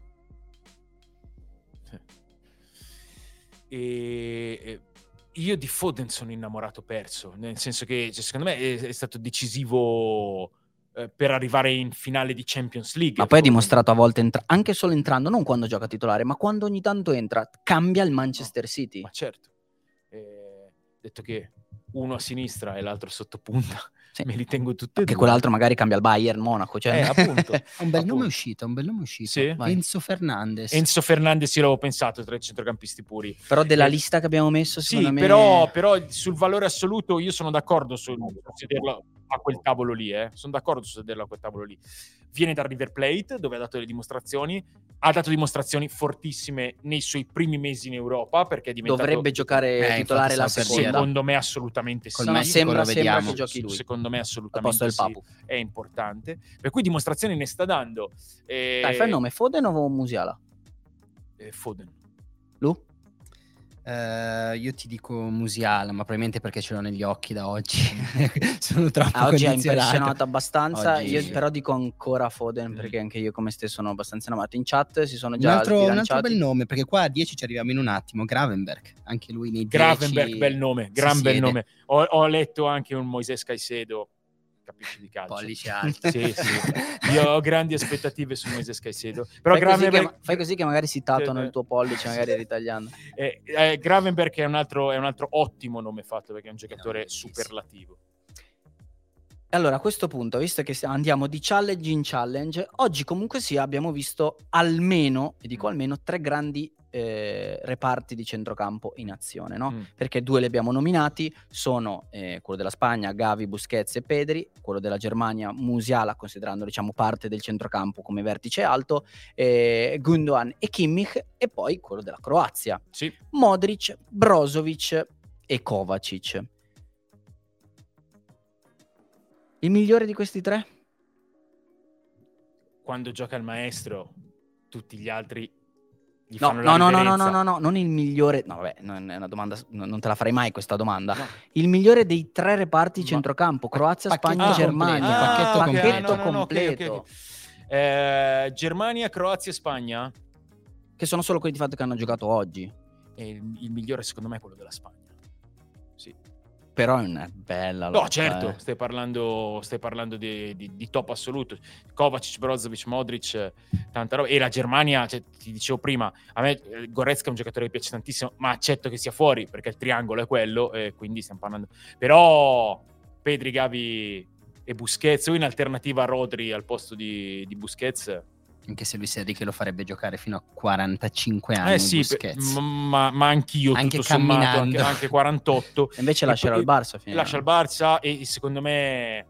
E e io di Foden sono innamorato perso, nel senso che cioè, secondo me è, è stato decisivo eh, per arrivare in finale di Champions League. Ma poi ha Foden. dimostrato a volte, entra- anche solo entrando, non quando gioca titolare, ma quando ogni tanto entra, cambia il Manchester City. Ma certo, eh, detto che uno a sinistra e l'altro sotto punta, Sì. me li tengo tutti e Che due. quell'altro magari cambia il Bayern, Monaco, cioè. Eh, appunto. Un bel nome appunto. è uscito, un bel nome è uscito. Sì? Vai. Enzo Fernandez. Enzo Fernandez io l'avevo pensato tra i centrocampisti puri. Però della Eh, lista che abbiamo messo, Sì, secondo me... però, però sul valore assoluto io sono d'accordo su, su sederlo a quel tavolo lì, eh. Sono d'accordo su sederlo a quel tavolo lì. Viene dal River Plate, dove ha dato le dimostrazioni, ha dato dimostrazioni fortissime nei suoi primi mesi in Europa, perché è diventato... dovrebbe giocare Eh, titolare infatti la stavo per seconda. dire. Secondo me assolutamente sì. Col No, no, Messico sembra, lo sembra vediamo. che giochi lui Secondo me al assolutamente posto del sì, Papu. è importante. Per cui dimostrazioni ne sta dando. Eh, Dai, fai il nome, Foden o Musiala? eh, Foden. Lu? Eh, io ti dico Musiala, ma probabilmente perché ce l'ho negli occhi da oggi. Sono troppo Ah, oggi ha condizionato. impressionato abbastanza. Oggi- Io però dico ancora Foden, Mm. perché anche io come stesso sono abbastanza innamorato. In chat si sono Un già altro, un altro sbilanciati. bel nome, perché qua a dieci ci arriviamo in un attimo. Gravenberg, anche lui nei Gravenberg, dieci bel nome, si gran bel siede. nome. Ho, ho letto anche un Moisés Caicedo, capisci di calcio. Pollice alto. Sì, sì. Io ho grandi aspettative su Moisés Caicedo. Però Fai così, che, Gravenberg, fai così che magari si tatuano Sì, il tuo pollice, magari ritagliando. eh, eh, Gravenberg è un, altro, è un altro ottimo nome fatto, perché è un giocatore bellissimo. superlativo. Allora, a questo punto, visto che andiamo di challenge in challenge, oggi comunque sia abbiamo visto almeno, e dico Mm. almeno, tre grandi eh, reparti di centrocampo in azione, no? Mm. Perché due li abbiamo nominati, sono eh, quello della Spagna, Gavi, Busquets e Pedri, quello della Germania, Musiala, considerando diciamo parte del centrocampo come vertice alto, eh, Gundogan e Kimmich, e poi quello della Croazia, Sì. Modric, Brozovic e Kovacic. Il migliore di questi tre? Quando gioca il maestro, tutti gli altri gli No, fanno no, la no, no, no, riverenza. no, no, no, non il migliore. No, vabbè, non è una domanda, no, non te la farei mai questa domanda. No. Il migliore dei tre reparti Ma- centrocampo, Croazia, pacchetto Spagna, completo, Germania. pacchetto Ah, ok, completo. no, no, no, ok, ok, completo. ok. Eh, Germania, Croazia e Spagna. Che sono solo quelli di fatto che hanno giocato oggi. E il, il migliore secondo me è quello della Spagna. Sì. Però è una bella No, lotta, certo, eh. stai parlando, stai parlando di, di- di top assoluto. Kovacic, Brozovic, Modric, eh, tanta roba. E la Germania, cioè, ti dicevo prima, a me eh, Goretzka è un giocatore che piace tantissimo, ma accetto che sia fuori perché il triangolo è quello, e quindi stiamo parlando. Però Pedri, Gavi, e Busquets, o in alternativa a Rodri al posto di, di Busquets. Anche se Luis Enrique lo farebbe giocare fino a quarantacinque anni. Eh sì, Busquets. pe- ma, ma anch'io Anche tutto sommato, anche, camminando. anche quarantotto. E invece E lascerà poi- il Barça. fine Lascia il anno. Barça e secondo me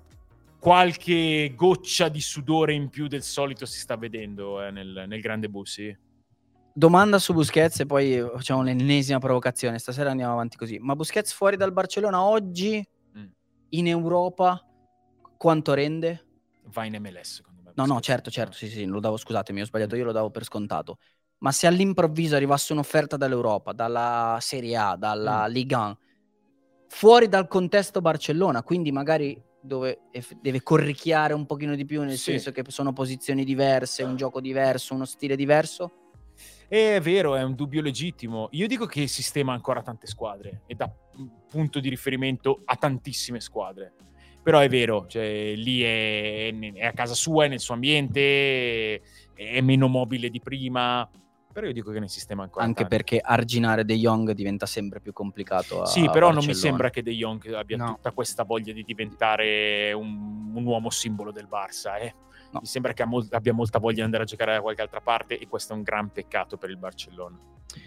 qualche goccia di sudore in più del solito si sta vedendo eh, nel, nel grande bus, sì. Domanda su Busquets e poi facciamo l'ennesima provocazione. Stasera andiamo avanti così. Ma Busquets fuori dal Barcellona oggi Mm. in Europa quanto rende? Va in M L S secondo me. No, no, Busquets. certo, certo, sì, sì, lo davo, scusatemi, ho sbagliato, io lo davo per scontato. Ma se all'improvviso arrivasse un'offerta dall'Europa, dalla Serie A, dalla Mm. Ligue uno, fuori dal contesto Barcellona, quindi magari dove eff- deve corricchiare un pochino di più, nel Sì. senso che sono posizioni diverse, un gioco diverso, uno stile diverso. È vero, è un dubbio legittimo. Io dico che sistema ancora tante squadre e dà punto di riferimento a tantissime squadre. Però è vero, cioè, lì è, è a casa sua, è nel suo ambiente, è meno mobile di prima. Però io dico che ne sistema ancora Anche tante. perché arginare De Jong diventa sempre più complicato a Sì, però non mi Barcellona. sembra che De Jong abbia No. tutta questa voglia di diventare un, un uomo simbolo del Barça. Eh. No. Mi sembra che ha mol- abbia molta voglia di andare a giocare da qualche altra parte e questo è un gran peccato per il Barcellona.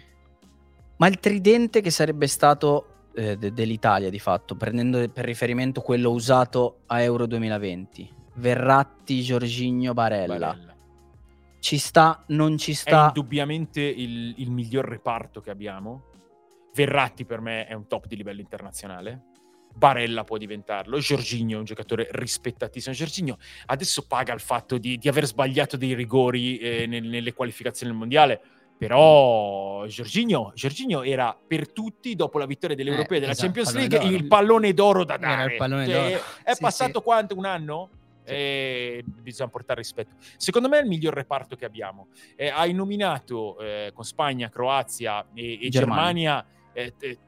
Ma il tridente che sarebbe stato eh, de- dell'Italia di fatto, prendendo per riferimento quello usato a Euro duemilaventi, Verratti, Jorginho, Barella, Barella. ci sta, non ci È sta? indubbiamente il, il miglior reparto che abbiamo. Verratti per me è un top di livello internazionale. Barella può diventarlo. Jorginho è un giocatore rispettatissimo. Jorginho adesso paga il fatto di, di aver sbagliato dei rigori eh, nel- nelle qualificazioni del mondiale. Però Jorginho, Jorginho era per tutti, dopo la vittoria delle Eh, europee della esatto, Champions pallone League, d'oro. il pallone d'oro da Era dare. il pallone Cioè, d'oro. È Sì, passato sì. quanto? Un anno? Eh, bisogna portare rispetto. Secondo me è il miglior reparto che abbiamo. Eh, hai nominato eh, con Spagna, Croazia e, e Germania. Germania eh, t-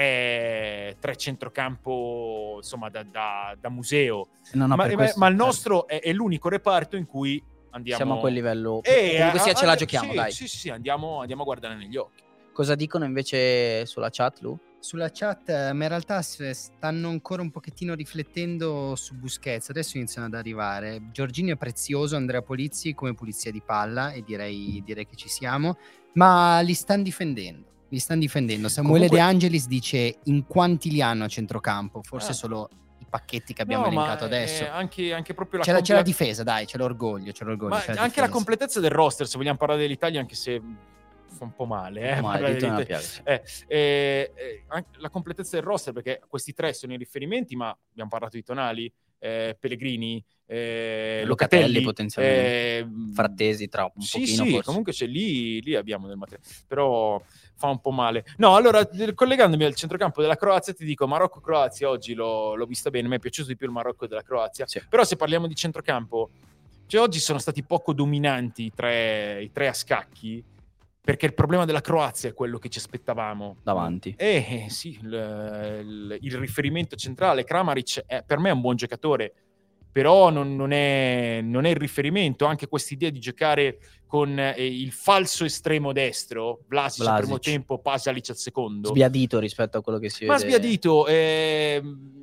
tre, tre centrocampo insomma da, da- da museo. No, no, ma, per ma- questo, ma il certo. nostro è, è l'unico reparto in cui andiamo Siamo a quel livello. Eh, Comunque sia, a- ce la a- giochiamo, sì, dai. Sì, sì, sì, andiamo, andiamo a guardare negli occhi. Cosa dicono invece sulla chat, Lu? Sulla chat, eh, ma in realtà s- stanno ancora un pochettino riflettendo su Busquets, adesso iniziano ad arrivare. Jorginho è prezioso, Andrea Polizzi come pulizia di palla, e direi, direi che ci siamo, ma li stanno difendendo. Li stanno difendendo. Samuele Comunque- De Angelis dice in quanti li hanno a centrocampo, forse Ah. solo i pacchetti che abbiamo No, ma, elencato adesso. eh, anche, anche proprio la C'è la, c'è la comple- difesa, dai, c'è l'orgoglio, c'è l'orgoglio. ma c'è la anche la difesa. completezza del roster, se vogliamo parlare dell'Italia, anche se fa un po' male, eh, Un po' male, parlare dito nella dell'Italia. piaga. Eh, eh, eh, anche la completezza del roster, perché questi tre sono i riferimenti, ma abbiamo parlato di Tonali, eh, Pellegrini, eh, Locatelli, Locatelli, potenzialmente. eh, Frattesi tra un sì, pochino sì, forse. comunque c'è lì, lì abbiamo del materiale, però fa un po' male. No, allora, del- collegandomi al centrocampo della Croazia, ti dico, Marocco-Croazia oggi l'ho, l'ho vista bene, mi è piaciuto di più il Marocco della Croazia, Sì. però se parliamo di centrocampo, cioè oggi sono stati poco dominanti i tre, i tre a scacchi, perché il problema della Croazia è quello che ci aspettavamo. Davanti. Eh, eh, sì, il, il- il riferimento centrale, Kramaric, è, per me è un buon giocatore, però non, non è, non è il riferimento. Anche questa idea di giocare con eh, il falso estremo destro, Vlasic, al Vlasic. primo tempo, Pasalic al secondo. Sbiadito rispetto a quello che si Ma vede. sbiadito, ehm,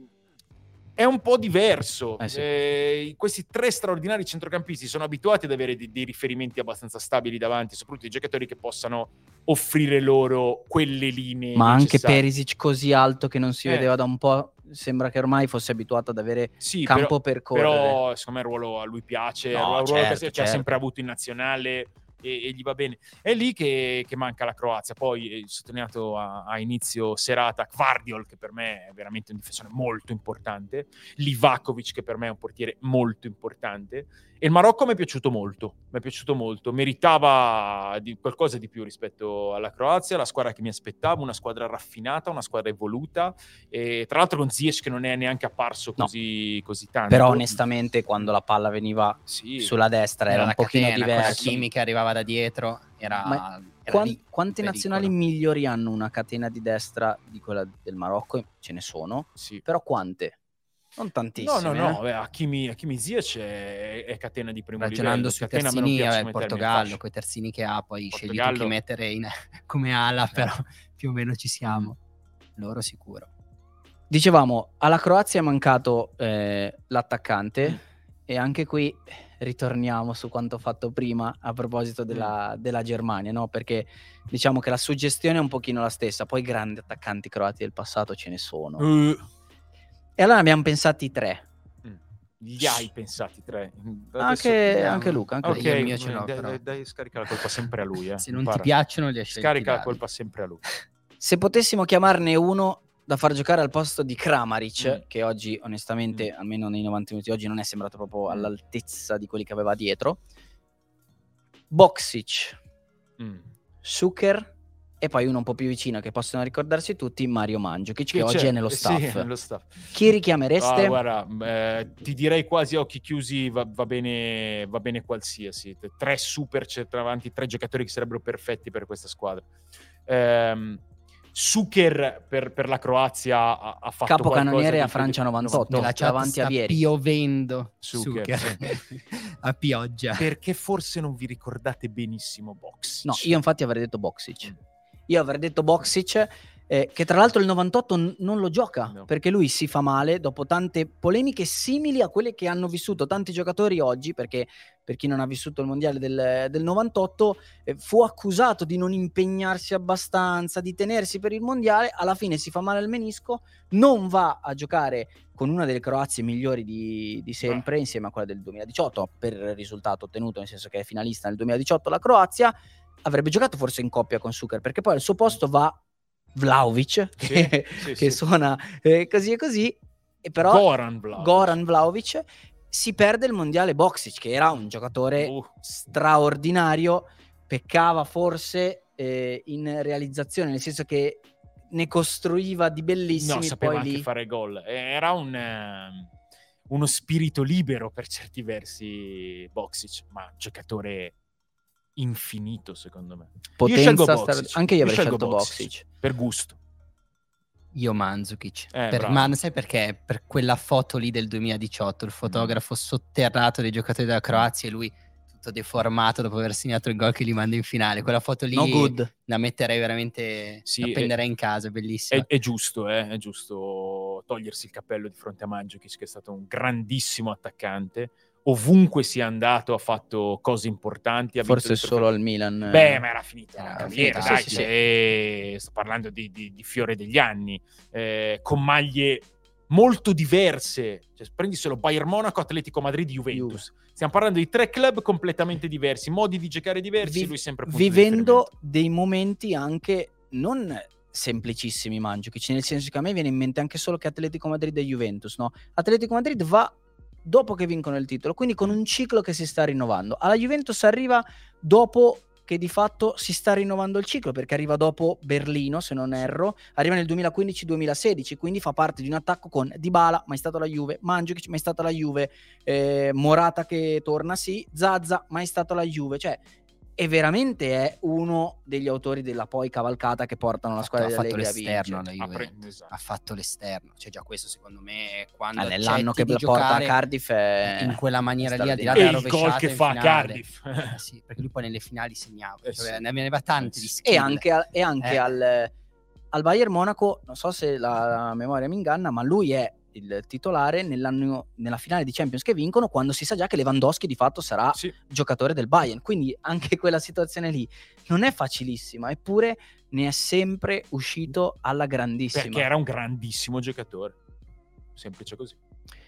è un po' diverso. Eh sì. Eh, questi tre straordinari centrocampisti sono abituati ad avere dei, dei riferimenti abbastanza stabili davanti, soprattutto i giocatori che possano offrire loro quelle linee Ma anche necessarie. Perisic così alto che non si Eh. vedeva da un po', sembra che ormai fosse abituato ad avere Sì, campo però, per correre. però secondo me il ruolo a lui piace, No, è un ruolo certo, che, che ha certo. sempre avuto in nazionale e, e gli va bene. È lì che, che manca la Croazia. Poi eh, sottolineato a, a inizio serata Kvardiol, che per me è veramente un difensore molto importante, Livakovic, che per me è un portiere molto importante, e il Marocco mi è piaciuto molto, mi è piaciuto molto, meritava di qualcosa di più rispetto alla Croazia, la squadra che mi aspettavo, una squadra raffinata, una squadra evoluta, e tra l'altro con Ziyech che non è neanche apparso No. così, così tanto. Però onestamente quando la palla veniva Sì. sulla destra era, Era un una pochino catena, con diverso. Hakimi che arrivava da dietro, era, Ma era Quan- lì, quante in nazionali pericolo. migliori hanno una catena di destra di quella del Marocco? Ce ne sono, Sì. però quante? Non No, tantissime. no, no, eh. eh, Hakimi, Hakimi Ziyech è, è catena di primo Ragionando livello. sui Catena a me non terzini, piace vabbè, il come termine, Portogallo, fascia. quei terzini che ha, poi scegli tu Portogallo. chi mettere in- come ala, Eh. però più o meno ci siamo. Loro sicuro. Dicevamo, alla Croazia è mancato eh, l'attaccante Mm. e anche qui ritorniamo su quanto fatto prima a proposito della, della Germania, no? Perché diciamo che la suggestione è un pochino la stessa, poi grandi attaccanti croati del passato ce ne sono. Uh, E allora ne abbiamo pensati tre. Gli hai pensati tre? Adesso- Anche, vediamo. anche Luca, anche Ok, Luca. Io il mio ce l'ho, dai, però. dai, dai, scarica la colpa sempre a lui. Eh. Se non Impara. ti piacciono li hai scelti Scarica la Davide. colpa sempre a lui. Se potessimo chiamarne uno da far giocare al posto di Kramaric, Mm. che oggi onestamente, almeno nei novanta minuti di oggi, non è sembrato proprio Mm. all'altezza di quelli che aveva dietro, Boksic, Mm. Suker e poi uno un po' più vicino che possono ricordarsi tutti, Mario Mandzukic, che, Che oggi c'è? è nello Eh, staff. Sì, è nello staff. Chi richiamereste? Ah, guarda, eh, ti direi quasi a occhi chiusi va, va bene, va bene qualsiasi. Tre super centravanti, tre giocatori che sarebbero perfetti per questa squadra. Ehm, Suker per, per la Croazia ha, ha fatto Capocannoniere qualcosa a di Francia incredibile. novantotto, Nella chat davanti a sta Vieri. piovendo Suker, Suker. A pioggia. Perché forse non vi ricordate benissimo Box. No, io infatti avrei detto Boksic. Io avrei detto Boksic, eh, che tra l'altro il novantotto n- non lo gioca, No. perché lui si fa male dopo tante polemiche simili a quelle che hanno vissuto tanti giocatori oggi, perché per chi non ha vissuto il mondiale del, del novantotto, eh, fu accusato di non impegnarsi abbastanza, di tenersi per il mondiale, alla fine si fa male al menisco, non va a giocare con una delle Croazie migliori di, di sempre, insieme a quella del duemiladiciotto, per il risultato ottenuto, nel senso che è finalista nel duemiladiciotto la Croazia. Avrebbe giocato forse in coppia con Suker, perché poi al suo posto va Vlahovic, Sì, che, sì, che sì. suona eh, così e così, e però Goran Vlahovic. Goran Vlahovic si perde il mondiale Boksic, che era un giocatore Uh. straordinario, peccava forse eh, in realizzazione, nel senso che ne costruiva di bellissimi, No, sapeva poi anche lì fare gol. Era un, ehm, uno spirito libero per certi versi Boksic, ma giocatore infinito secondo me. potenza io scelgo star- Boksic. anche io avrei scelgo scelto Boksic. per gusto. Io Mandzukic. Eh, Per- bravo. ma non sai perché? Per quella foto lì del duemiladiciotto, il fotografo sotterrato dei giocatori della Croazia e lui tutto deformato dopo aver segnato il gol che li manda in finale. Quella foto lì No good. la metterei veramente, Sì, la è- appenderei in casa, è bellissima. È, è giusto, eh, è giusto togliersi il cappello di fronte a Mandzukic, che è stato un grandissimo attaccante. Ovunque sia andato ha fatto cose importanti. Ha vinto Forse dei solo trofei. al Milan. Beh, ma era finita Era la carriera, finita, dai, sì, sì, cioè, sto parlando di, di- di fiore degli anni, eh, con maglie molto diverse. Cioè, prendi solo Bayern Monaco, Atletico Madrid, Juventus. Stiamo parlando di tre club completamente diversi, modi di giocare diversi, Vi- lui sempre punto di vivendo riferimento. dei momenti anche non semplicissimi Mandzukic, nel senso che a me viene in mente anche solo che Atletico Madrid e Juventus, no? Atletico Madrid va dopo che vincono il titolo, quindi con un ciclo che si sta rinnovando. Alla Juventus arriva dopo che di fatto si sta rinnovando il ciclo, perché arriva dopo Berlino, se non erro, arriva nel duemilaquindici duemilasedici, quindi fa parte di un attacco con Dybala, mai stato alla Juve, Mandzukic, mai stato alla Juve, eh, Morata che torna, sì, Zaza, mai stato alla Juve, cioè e veramente è uno degli autori della poi cavalcata che portano la Ha squadra fatto, di ha fatto Allegri a l'esterno vincere. alla Juve. Ha pre- esatto. Ha fatto l'esterno, cioè già questo secondo me è quando Ah, nell'anno accetti che di la porta a giocare Cardiff è in quella maniera lì, al di là E della il rovesciata gol che in fa a finale. Cardiff. Eh sì, perché lui poi nelle finali segnava, Eh cioè, sì. ne aveva tanti Eh di sì. skill. e anche, al, e anche Eh. al, al Bayern Monaco, non so se la, la memoria mi inganna, ma lui è il titolare nell'anno, nella finale di Champions che vincono, quando si sa già che Lewandowski di fatto sarà Sì. giocatore del Bayern, quindi anche quella situazione lì non è facilissima, eppure ne è sempre uscito alla grandissima. Perché era un grandissimo giocatore. Semplice così.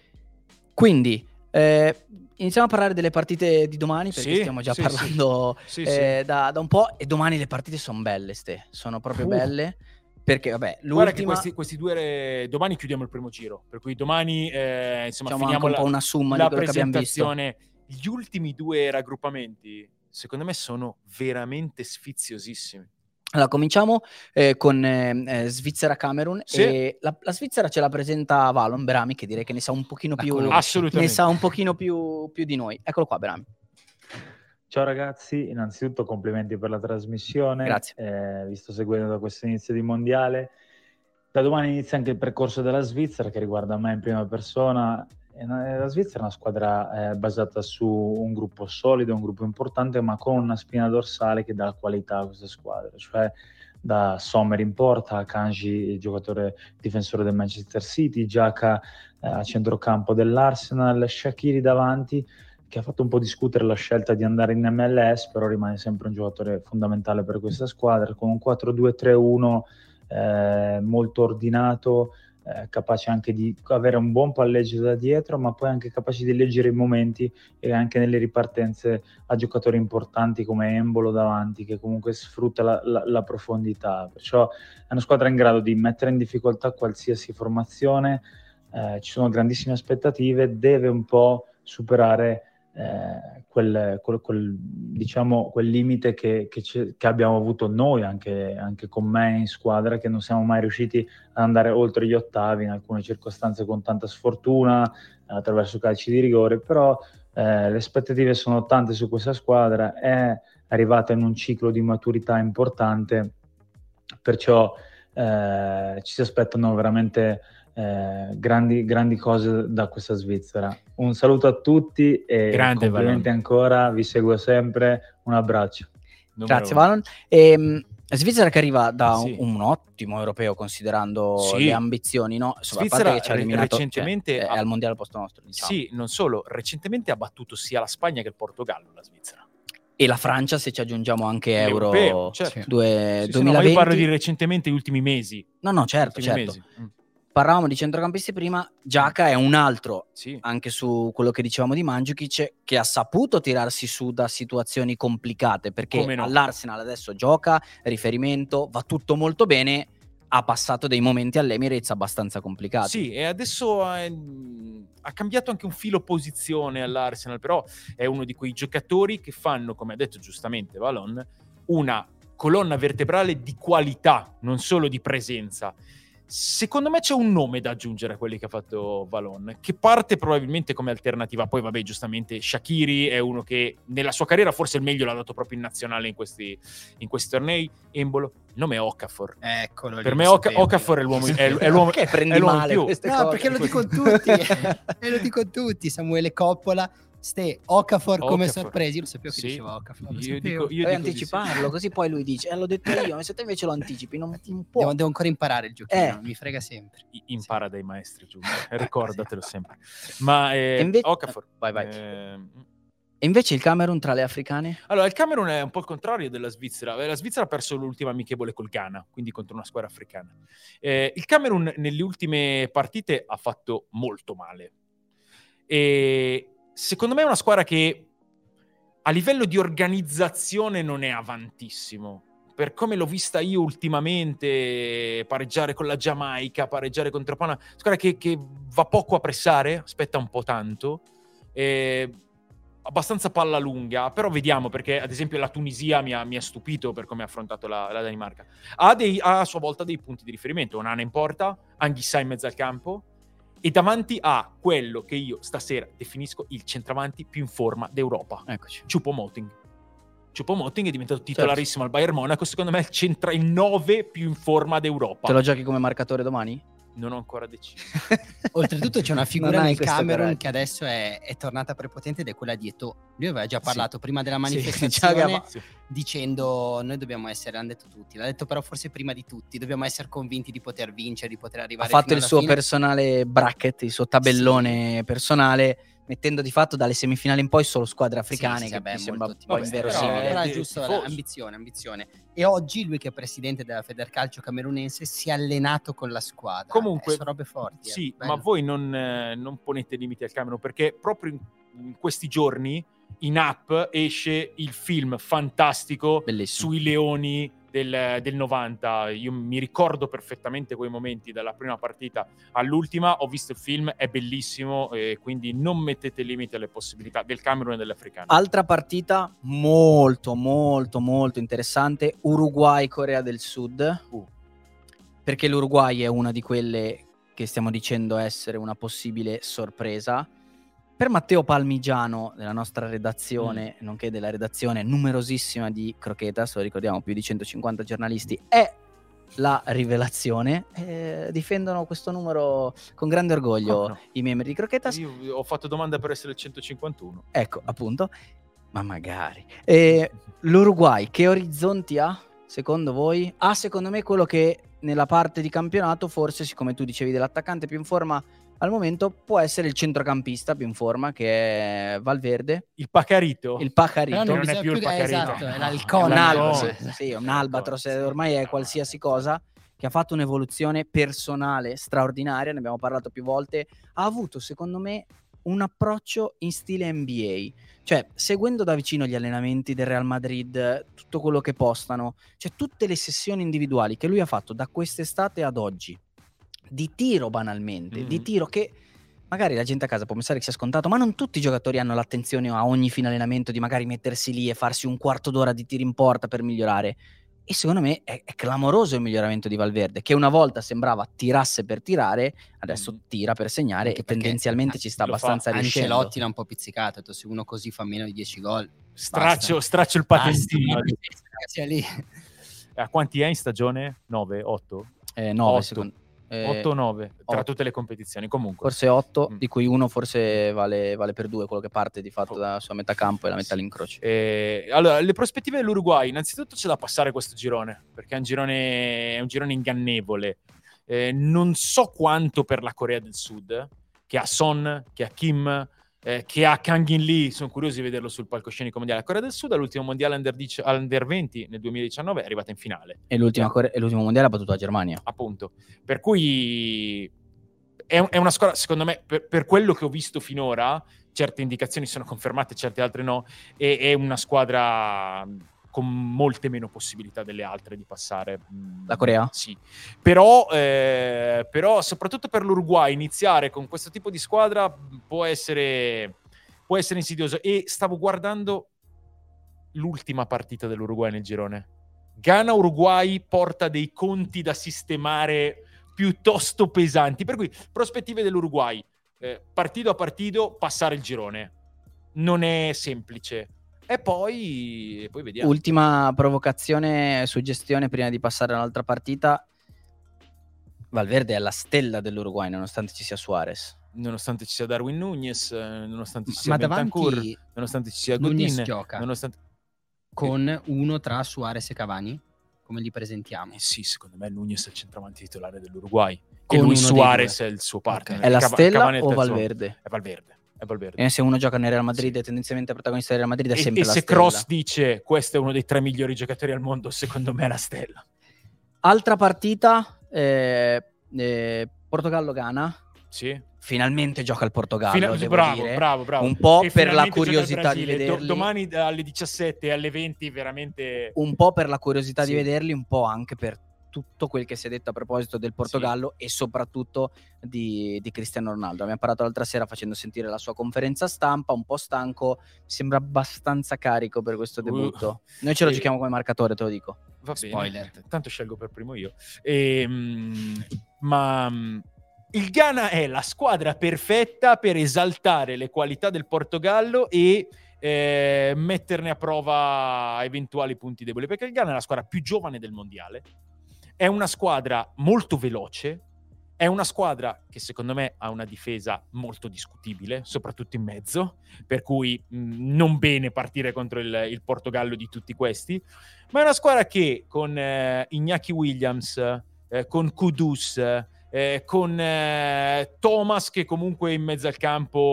Quindi eh, iniziamo a parlare delle partite di domani, perché Sì, stiamo già sì, parlando Sì, eh, sì. Da, da un po', e domani le partite sono belle, ste, sono proprio Uh. belle, perché vabbè, Guarda che l'ultima questi, questi due re- domani chiudiamo il primo giro, per cui domani eh, insomma diciamo finiamo anche un la, po' una summa di la quello che abbiamo visto. presentazione. Gli ultimi due raggruppamenti secondo me sono veramente sfiziosissimi. Allora, cominciamo eh, con eh, eh, Svizzera-Camerun, Sì. e la, la Svizzera ce la presenta Valon Berami, che direi che ne sa un pochino La più, conosci. Assolutamente. ne sa un pochino più, più di noi. Eccolo qua, Berami. Ciao ragazzi, innanzitutto complimenti per la trasmissione. Grazie. Eh, vi sto seguendo da questo inizio di mondiale. Da domani inizia anche il percorso della Svizzera, che riguarda me in prima persona. E la Svizzera è una squadra eh, basata su un gruppo solido, un gruppo importante, ma con una spina dorsale che dà qualità a questa squadra. Cioè da Sommer in porta, Kanji giocatore difensore del Manchester City, Xhaka eh, a centrocampo dell'Arsenal, Shaqiri davanti, che ha fatto un po' discutere la scelta di andare in M L S, però rimane sempre un giocatore fondamentale per questa squadra, con un quattro due tre uno eh, molto ordinato, eh, capace anche di avere un buon palleggio da dietro, ma poi anche capace di leggere i momenti, e anche nelle ripartenze a giocatori importanti come Embolo davanti, che comunque sfrutta la, la, la profondità. Perciò è una squadra in grado di mettere in difficoltà qualsiasi formazione, eh, ci sono grandissime aspettative, deve un po' superare Eh, quel, quel, quel, diciamo, quel limite che, che, che abbiamo avuto noi anche, anche con me in squadra, che non siamo mai riusciti ad andare oltre gli ottavi, in alcune circostanze con tanta sfortuna, attraverso calci di rigore, però eh, le aspettative sono tante su questa squadra, è arrivata in un ciclo di maturità importante, perciò eh, ci si aspettano veramente Eh, grandi, grandi cose da questa Svizzera. Un saluto a tutti e Grande complimenti Valon. ancora, vi seguo sempre, un abbraccio. Numero Grazie uno. Valon. E, Svizzera che arriva da Sì. un, un ottimo europeo, considerando Sì. le ambizioni, no? Insomma, a parte Svizzera che ci ha re- eliminato, recentemente cioè, è ha- al mondiale al posto nostro, diciamo. Sì, non solo, recentemente ha battuto sia la Spagna che il Portogallo, la Svizzera. E la Francia, se ci aggiungiamo anche Euro L'europeo, certo. due- Sì, sì, no, ma duemilaventi. io parlo di recentemente, gli ultimi mesi. No, no, certo, Ultimi certo. mesi. Mm. Parlavamo di centrocampisti prima, Xhaka è un altro, Sì. anche su quello che dicevamo di Mandzukic, che ha saputo tirarsi su da situazioni complicate, perché Come no. all'Arsenal adesso gioca, riferimento, va tutto molto bene, ha passato dei momenti all'Emirates abbastanza complicati. Sì, e adesso ha, ha cambiato anche un filo posizione all'Arsenal, però è uno di quei giocatori che fanno, come ha detto giustamente Valon, una colonna vertebrale di qualità, non solo di presenza. Secondo me c'è un nome da aggiungere a quelli che ha fatto Valon, che parte probabilmente come alternativa. Poi vabbè, giustamente Shaqiri è uno che nella sua carriera forse il meglio l'ha dato proprio in nazionale in questi, in questi tornei. Embolo, il nome è Okafor. Eccolo lì, Per me lo Oca- sapevo. Okafor è l'uomo, è, è l'uomo, Perché prendi è l'uomo in male più. queste No, cose? perché lo dicono tutti. E lo dicono tutti. Samuele Coppola, Ste, Okafor come Okafor. sorpresi. Io lo sapevo che Sì. diceva Okafor. Lo Io sapevo. dico, io Devi dico di anticiparlo, sì. così poi lui dice, eh, l'ho detto io, ma se te invece lo anticipi, non, non può. Devo, devo ancora imparare il giochino, Eh. mi frega sempre. I- Impara dai maestri, Giulio, ricordatelo sempre. Ma eh, E invece- Okafor, Vai, vai. eh, E invece il Camerun tra le africane? allora il Camerun è un po' il contrario della Svizzera. La Svizzera ha perso l'ultima amichevole col Ghana, quindi contro una squadra africana. Eh, il Camerun nelle ultime partite ha fatto molto male. E secondo me è una squadra che a livello di organizzazione non è avantissimo. Per come l'ho vista io ultimamente, pareggiare con la Giamaica, pareggiare contro Pana, squadra che, che va poco a pressare, aspetta un po' tanto, eh, abbastanza palla lunga, però vediamo, perché ad esempio la Tunisia mi ha, mi ha stupito per come ha affrontato la, la Danimarca. Ha, dei, ha a sua volta dei punti di riferimento, Onana in porta, Anghissà in mezzo al campo, e davanti a quello che io stasera definisco il centravanti più in forma d'Europa, Eccoci. Choupo-Moting. Choupo-Moting è diventato titolarissimo al Bayern Monaco, secondo me è il, centra- il nove più in forma d'Europa. Te lo giochi come marcatore domani? Non ho ancora deciso. Oltretutto c'è una Non figura hai nel questo Camerun coraggio. che adesso è, è tornata prepotente ed è quella di Eto'o. Lui aveva già Sì. parlato prima della Sì, manifestazione già che- Sì. dicendo noi dobbiamo essere, l'hanno detto tutti, l'ha detto però forse prima di tutti, dobbiamo essere convinti di poter vincere, di poter Ha arrivare fatto fino il alla suo fine. personale bracket, il suo tabellone personale, mettendo di fatto dalle semifinali in poi solo squadre africane, Sì, sì, che beh, mi sembra un molto po' vabbè, inverosimile. Però, però è di- giusto, tifoso. ambizione, ambizione. E oggi lui che è presidente della Federcalcio camerunense si è allenato con la squadra. Comunque, Eh, sono robe forti. eh, sì, bello. ma voi non, eh, non ponete limiti al Camerun, perché proprio in, in questi giorni in app esce il film fantastico Bellissimo. sui leoni del, del novanta. Io mi ricordo perfettamente quei momenti dalla prima partita all'ultima. Ho visto il film, è bellissimo, e quindi non mettete limiti alle possibilità del Camerun e dell'Africano. Altra partita molto molto molto interessante, Uruguay-Corea del Sud, Uh. perché l'Uruguay è una di quelle che stiamo dicendo essere una possibile sorpresa. Per Matteo Palmigiano, della nostra redazione, Mm. nonché della redazione numerosissima di Croquetas, lo ricordiamo, più di centocinquanta giornalisti, è la rivelazione. Eh, difendono questo numero con grande orgoglio Come no? i membri di Croquetas. Io ho fatto domanda per essere il centocinquantuno. Ecco, appunto, ma magari. E l'Uruguay che orizzonti ha? secondo voi? Ah, secondo me quello che nella parte di campionato, forse, siccome tu dicevi dell'attaccante più in forma al momento, può essere il centrocampista più in forma, che è Valverde. Il Pacarito. Il Pacarito. Però non è più il eh, Pacarito. esatto, è un l'Alcon. albatros, Alcon. sì, un albatros, Sì, ormai è no, qualsiasi sì. cosa, che ha fatto un'evoluzione personale straordinaria, ne abbiamo parlato più volte. Ha avuto, secondo me, un approccio in stile N B A, cioè seguendo da vicino gli allenamenti del Real Madrid, tutto quello che postano, cioè tutte le sessioni individuali che lui ha fatto da quest'estate ad oggi, di tiro banalmente, Mm-hmm. di tiro che magari la gente a casa può pensare che sia scontato, ma non tutti i giocatori hanno l'attenzione a ogni fine allenamento di magari mettersi lì e farsi un quarto d'ora di tiro in porta per migliorare. E secondo me è, è clamoroso il miglioramento di Valverde, che una volta sembrava tirasse per tirare, adesso Mm. tira per segnare Anche e perché tendenzialmente ci sta lo fa abbastanza riuscendo. Ancelotti l'ha un po' pizzicato, ha detto, se uno così fa meno di dieci gol, Straccio, basta. straccio il patentino. Basta, sia lì. A quanti è in stagione? nove, otto? Eh, nove Otto. secondo eh, otto o nove tra otto. tutte le competizioni. Comunque, Forse otto, Mm. di cui uno forse vale, vale per due, quello che parte di fatto Oh. dalla sua metà campo e la metà Sì. all'incrocio. Eh, allora, le prospettive dell'Uruguay, innanzitutto c'è da passare questo girone, perché è un girone, è un girone ingannevole. Eh, non so quanto per la Corea del Sud, che ha Son, che ha Kim, eh, che ha Kang In Lee. Sono curioso di vederlo sul palcoscenico mondiale. La Corea del Sud all'ultimo mondiale under, dieci, under venti nel duemiladiciannove è arrivata in finale. E l'ultima Eh. Core- e l'ultimo mondiale ha battuto la Germania. Appunto, per cui è, un- è una squadra, secondo me, per, per quello che ho visto finora, certe indicazioni sono confermate, certe altre no, e è una squadra con molte meno possibilità delle altre di passare. La Corea? Sì, però, eh, però soprattutto per l'Uruguay iniziare con questo tipo di squadra può essere, può essere insidioso. E stavo guardando l'ultima partita dell'Uruguay nel girone. Ghana-Uruguay porta dei conti da sistemare piuttosto pesanti, per cui prospettive dell'Uruguay, eh, partito a partito passare il girone non è semplice, e poi, e poi vediamo. Ultima provocazione, suggestione prima di passare all'altra partita. Valverde è la stella dell'Uruguay nonostante ci sia Suarez. Nonostante ci sia Darwin Núñez, eh, nonostante ci sia Ma Bentancur, davanti nonostante ci sia Núñez Godin, gioca nonostante... con uno tra Suarez e Cavani, come li presentiamo? Eh sì, secondo me Núñez è il centravanti titolare dell'Uruguay, Con e lui uno dei Suarez due. è il suo partner. È la Cava- stella Cavani è il o terzo- Valverde? È Valverde. È Valverde. E se uno gioca nel Real Madrid Sì. è tendenzialmente protagonista del Real Madrid, è E, sempre e la se stella. Cross dice questo è uno dei tre migliori giocatori al mondo, secondo me è la stella. Altra partita, eh, eh, Portogallo-Ghana. Sì. Finalmente gioca il Portogallo, Fina- devo bravo, dire. bravo, bravo. Un po' E per la finalmente gioca il curiosità di Brasile. Do- vederli. domani alle diciassette e alle venti veramente... Un po' per la curiosità Sì. di vederli, un po' anche per tutto quel che si è detto a proposito del Portogallo e soprattutto di, di Cristiano Ronaldo. Abbiamo parlato l'altra sera facendo sentire la sua conferenza stampa, un po' stanco, sembra abbastanza carico per questo debutto. Noi ce lo e- giochiamo come marcatore, te lo dico. Va bene, Spoiler. t- tanto scelgo per primo io. Ehm, ma mm, il Ghana è la squadra perfetta per esaltare le qualità del Portogallo e eh, metterne a prova eventuali punti deboli, perché il Ghana è la squadra più giovane del mondiale, è una squadra molto veloce, è una squadra che secondo me ha una difesa molto discutibile, soprattutto in mezzo, per cui mh, non bene partire contro il, il Portogallo di tutti questi, ma è una squadra che con eh, Iñaki Williams, eh, con Kudus, eh, con eh, Thomas che comunque in mezzo al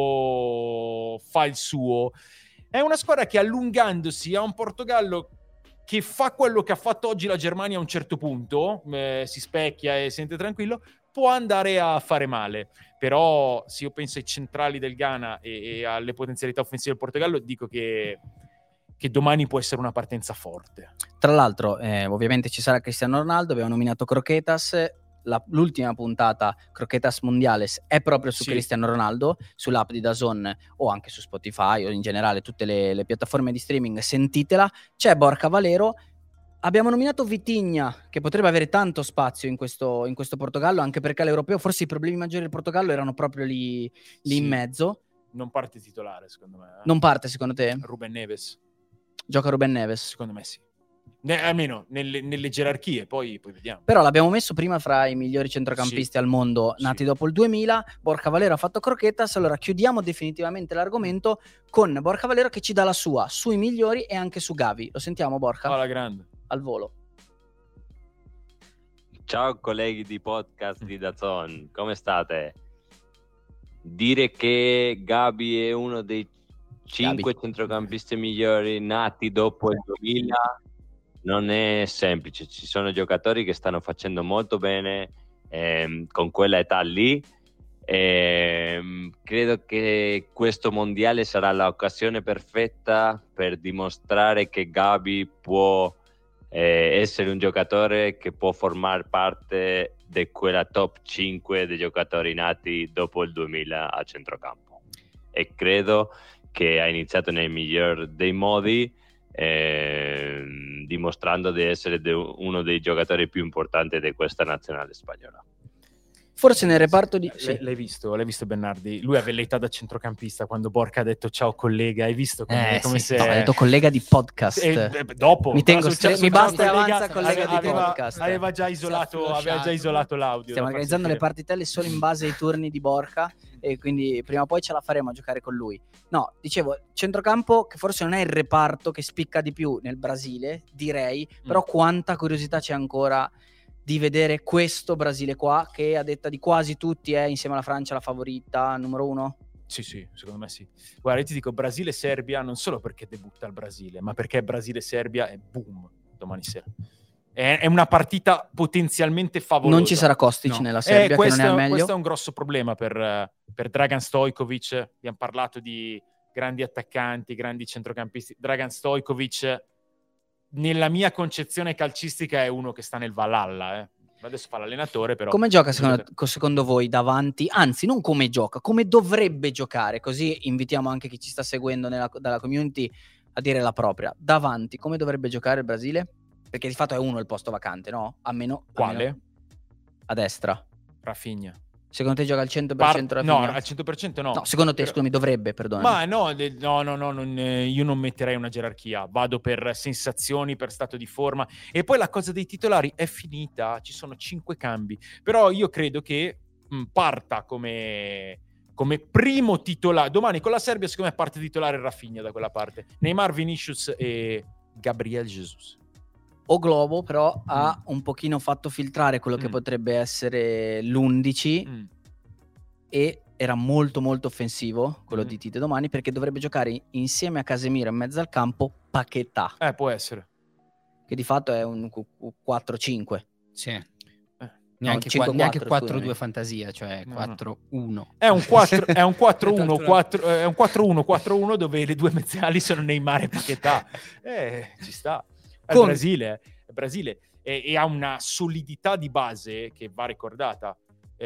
campo fa il suo, è una squadra che allungandosi ha un Portogallo che fa quello che ha fatto oggi la Germania a un certo punto, eh, si specchia e sente tranquillo, può andare a fare male. Però se io penso ai centrali del Ghana e, e alle potenzialità offensive del Portogallo, dico che, che domani può essere una partenza forte. Tra l'altro, eh, ovviamente ci sarà Cristiano Ronaldo, abbiamo nominato Croquetas. La, l'ultima puntata Croquetas Mundiales è proprio su Sì. Cristiano Ronaldo, sull'app di DAZN o anche su Spotify o in generale tutte le, le piattaforme di streaming, sentitela. C'è Borja Valero. Abbiamo nominato Vitinha, che potrebbe avere tanto spazio in questo, in questo Portogallo, anche perché all'europeo forse i problemi maggiori del Portogallo erano proprio lì, lì Sì. in mezzo. Non parte titolare, secondo me. eh. Non parte secondo te? Ruben Neves, Gioca Ruben Neves. secondo me sì. Ne- almeno nelle, nelle gerarchie, poi, poi vediamo. Però l'abbiamo messo prima fra i migliori centrocampisti Sì. al mondo nati Sì. dopo il duemila. Borja Valero ha fatto Croquetas. Allora chiudiamo definitivamente l'argomento con Borja Valero che ci dà la sua sui migliori e anche su Gavi. Lo sentiamo, Borja? Alla grande. Al volo. Ciao colleghi di podcast di DAZN, come state? Dire che Gabi è uno dei cinque Gabi. centrocampisti migliori nati dopo il duemila non è semplice. Ci sono giocatori che stanno facendo molto bene ehm, con quella età lì. Ehm, credo che questo mondiale sarà l'occasione perfetta per dimostrare che Gabi può eh, essere un giocatore che può formare parte di quella top cinque dei giocatori nati dopo il duemila a centrocampo, e credo che ha iniziato nel miglior dei modi, ehm, dimostrando di essere de- uno dei giocatori più importanti di questa nazionale spagnola. Forse nel reparto di... L- l'hai visto, l'hai visto Bernardi? Lui aveva l'età da centrocampista quando Borca ha detto ciao collega, hai visto come, Eh, come sì, se... No, ha detto collega di podcast. Eh, eh, dopo Mi tengo Però sul- stre- sul mi ciao basta e collega avanza collega di aveva, podcast. aveva già isolato, aveva già isolato l'audio. Stiamo da far organizzando le sentire. partitelle solo in base ai turni di Borca e quindi prima o poi ce la faremo a giocare con lui. No, dicevo, centrocampo che forse non è il reparto che spicca di più nel Brasile, direi, però Mm. quanta curiosità c'è ancora di vedere questo Brasile qua, che a detta di quasi tutti è insieme alla Francia la favorita numero uno. Sì, sì, secondo me sì. Guarda, io ti dico Brasile-Serbia non solo perché debutta il Brasile, ma perché Brasile-Serbia è boom domani sera. È, è una partita potenzialmente favolosa. Non ci sarà Kostic No. nella Eh, Serbia, che questo, non è al meglio. questo è un grosso problema per, eh, per Dragan Stojkovic. Abbiamo parlato di grandi attaccanti, grandi centrocampisti. Dragan Stojkovic, nella mia concezione calcistica, è uno che sta nel Valhalla. Eh. Adesso fa l'allenatore, però... Come gioca secondo, secondo voi davanti? Anzi, non come gioca, come dovrebbe giocare? Così invitiamo anche chi ci sta seguendo nella, dalla community a dire la propria. Davanti, come dovrebbe giocare il Brasile? Perché di fatto è uno il posto vacante, no? A meno... a Quale? meno- a destra. Rafinha. Secondo te gioca al cento per cento Par- Rafinha? no, al cento per cento no. No, secondo te, Però- scusami, dovrebbe, perdona. Ma no, de- no, no, no, non, eh, io non metterei una gerarchia, vado per sensazioni, per stato di forma, e poi la cosa dei titolari è finita, ci sono cinque cambi, però io credo che mh, parta come, come primo titolare, domani con la Serbia secondo me parte titolare Rafinha da quella parte, Neymar, Vinicius e Gabriel Jesus. O Globo però ha un pochino fatto filtrare quello che Mm. potrebbe essere l'undici Mm. e era molto molto offensivo quello Mm. di Tite domani, perché dovrebbe giocare insieme a Casemiro in mezzo al campo Paquetá, Eh, può essere. che di fatto è un quattro cinque. Sì. Eh. Neanche, cinque qua- neanche quattro, quattro due scusami. fantasia, cioè No, no. quattro uno. È un quattro è un quattro uno Tanto- quattro è un quattro uno quattro uno dove le due mezzali sono Neymar e Paquetá. Eh, ci sta. È il Con- Brasile, è il Brasile e, e ha una solidità di base che va ricordata.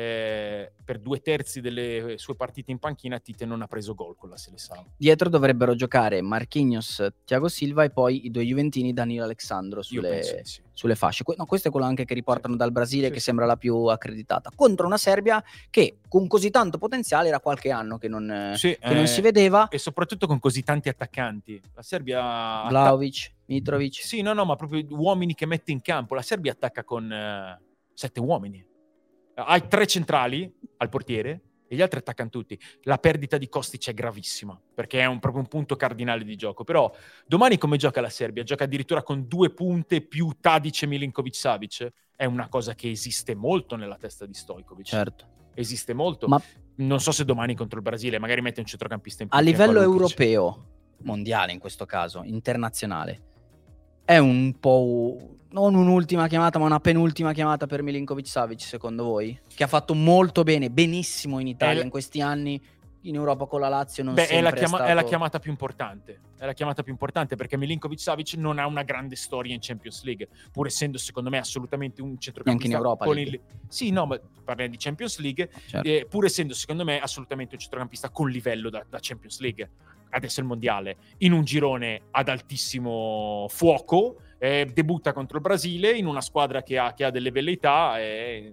Eh, per due terzi delle sue partite in panchina Tite non ha preso gol con la Seleção. Dietro dovrebbero giocare Marquinhos, Thiago Silva e poi i due juventini Danilo Alexandro Io sulle, penso di sì. sulle fasce. Que- no, questo è quello anche che riportano Sì. dal Brasile, Sì, che sì. sembra la più accreditata, contro una Serbia che con così tanto potenziale era qualche anno che non, Sì, che non eh, si vedeva. e soprattutto con così tanti attaccanti. La Serbia atta- Vlahovic, Mitrovic. Sì, no, no, ma proprio uomini che mette in campo. La Serbia attacca con eh, sette uomini. Hai tre centrali al portiere e gli altri attaccano tutti. La perdita di Kostic è gravissima perché è un, proprio un punto cardinale di gioco. Però domani come gioca la Serbia? Gioca addirittura con due punte più Tadic e Milinkovic-Savic. È una cosa che esiste molto nella testa di Stojkovic. Certo. Esiste molto. Ma Non so se domani contro il Brasile magari mette un centrocampista in più. a di livello Lukic. europeo, mondiale in questo caso, internazionale, è un po' non un'ultima chiamata, ma una penultima chiamata per Milinkovic-Savic, secondo voi? Che ha fatto molto bene, benissimo in Italia È- in questi anni, in Europa con la Lazio non Beh, è la, sempre chiama- stato... è la chiamata più importante. È la chiamata più importante perché Milinkovic-Savic non ha una grande storia in Champions League, pur essendo secondo me assolutamente un centrocampista. Neanche in Europa con League. il... Sì, no, ma parliamo di Champions League, Certo. eh, pur essendo secondo me assolutamente un centrocampista con livello da, da Champions League. Adesso il mondiale, in un girone ad altissimo fuoco, eh, debutta contro il Brasile in una squadra che ha, che ha delle velleità. È,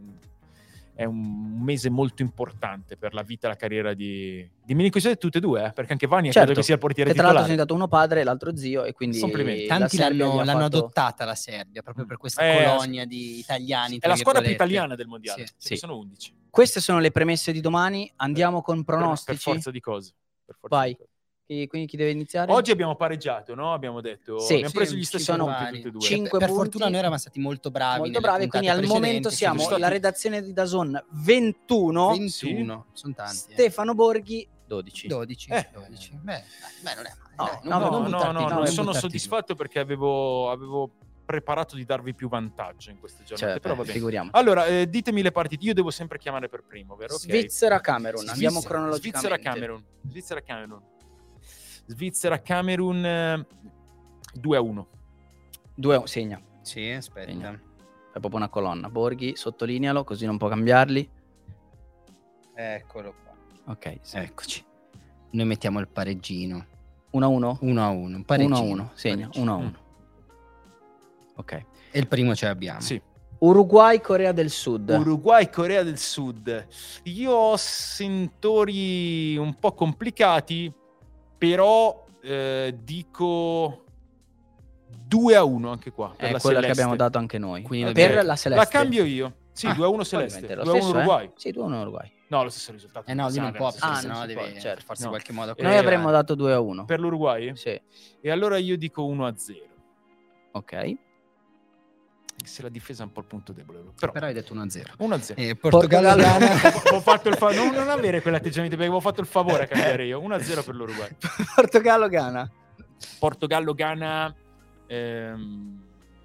è un mese molto importante per la vita e la carriera di, di Milinkovic, tutte e due, eh, perché anche Vania Certo, credo che sia il portiere che tra l'altro titolare. sono diventato uno padre e l'altro zio, e quindi Complimenti. la Tanti Serbia l'hanno, gli ha l'hanno fatto- adottata la Serbia proprio per questa Eh, colonia di italiani. È tra la squadra più virgolette. italiana del mondiale. Sì. Ce Sì. ne sono undici. Queste sono le premesse di domani, andiamo con Per, pronostici. per forza di cose. Per forza Vai. di cose. Chi, quindi chi deve iniziare? Oggi abbiamo pareggiato, no? Abbiamo detto, Sì, abbiamo sì, preso gli ci stessi sono punti tutti e due. cinque per punti. fortuna noi eravamo stati molto bravi. Molto nelle bravi, quindi al puntate momento precedenti, siamo siamo stati- la redazione di Dazon ventuno, ventuno, sono tanti. eh. Stefano Borghi dodici. dodici. Eh. dodici. Beh, beh, non è male. No, dai, no, No, non no, buttarti no, giù, non non sono buttarti soddisfatto perché avevo, avevo preparato di darvi più vantaggio in queste giornate, Cioè, però va bene. figuriamo. Allora, eh, ditemi le partite, io devo sempre chiamare per primo, vero? Ok. Svizzera Camerun, Svizzera- andiamo cronologicamente. Svizzera Camerun. Svizzera Camerun. Svizzera Camerun eh, due a uno. due segna, giù. Sì, aspetta. Segna. è proprio una colonna. Borghi, sottolinealo, così non può cambiarli. Eccolo qua. Ok, sì. Eccoci. Noi mettiamo il pareggino. uno a uno? uno a uno. Un uno pareggino. a uno, segna, Pareggino. uno a uno. Ok. E il primo ce l'abbiamo. Sì. Uruguay, Corea del Sud. Uruguay, Corea del Sud. Io ho sentori un po' complicati, però eh, dico due a uno anche qua. Per è la quella Celeste. che abbiamo dato anche noi. Quindi per dobbiamo- la Celeste. La cambio io. Sì, Ah, due a uno Celeste. ovviamente, lo due a uno stesso, eh? Uruguay. Sì, due a uno Uruguay. No, lo stesso risultato. Eh no, lui non può, Sì, Ah, perché non sennò si deve può, certo. farsi No. in qualche modo. Eh, Noi accogliere. avremmo dato due a uno. per l'Uruguay? Sì, E allora io dico uno a zero. ok. Se la difesa è un po' il punto debole. Però, Però hai detto uno a zero. uno a zero. Eh, Portogallo, Portogallo. Ghana. Ho fatto il fa- non, non avere quell'atteggiamento perché avevo fatto il favore a cambiare io. uno a zero per l'Uruguay. Portogallo, Ghana. Portogallo, Ghana ehm,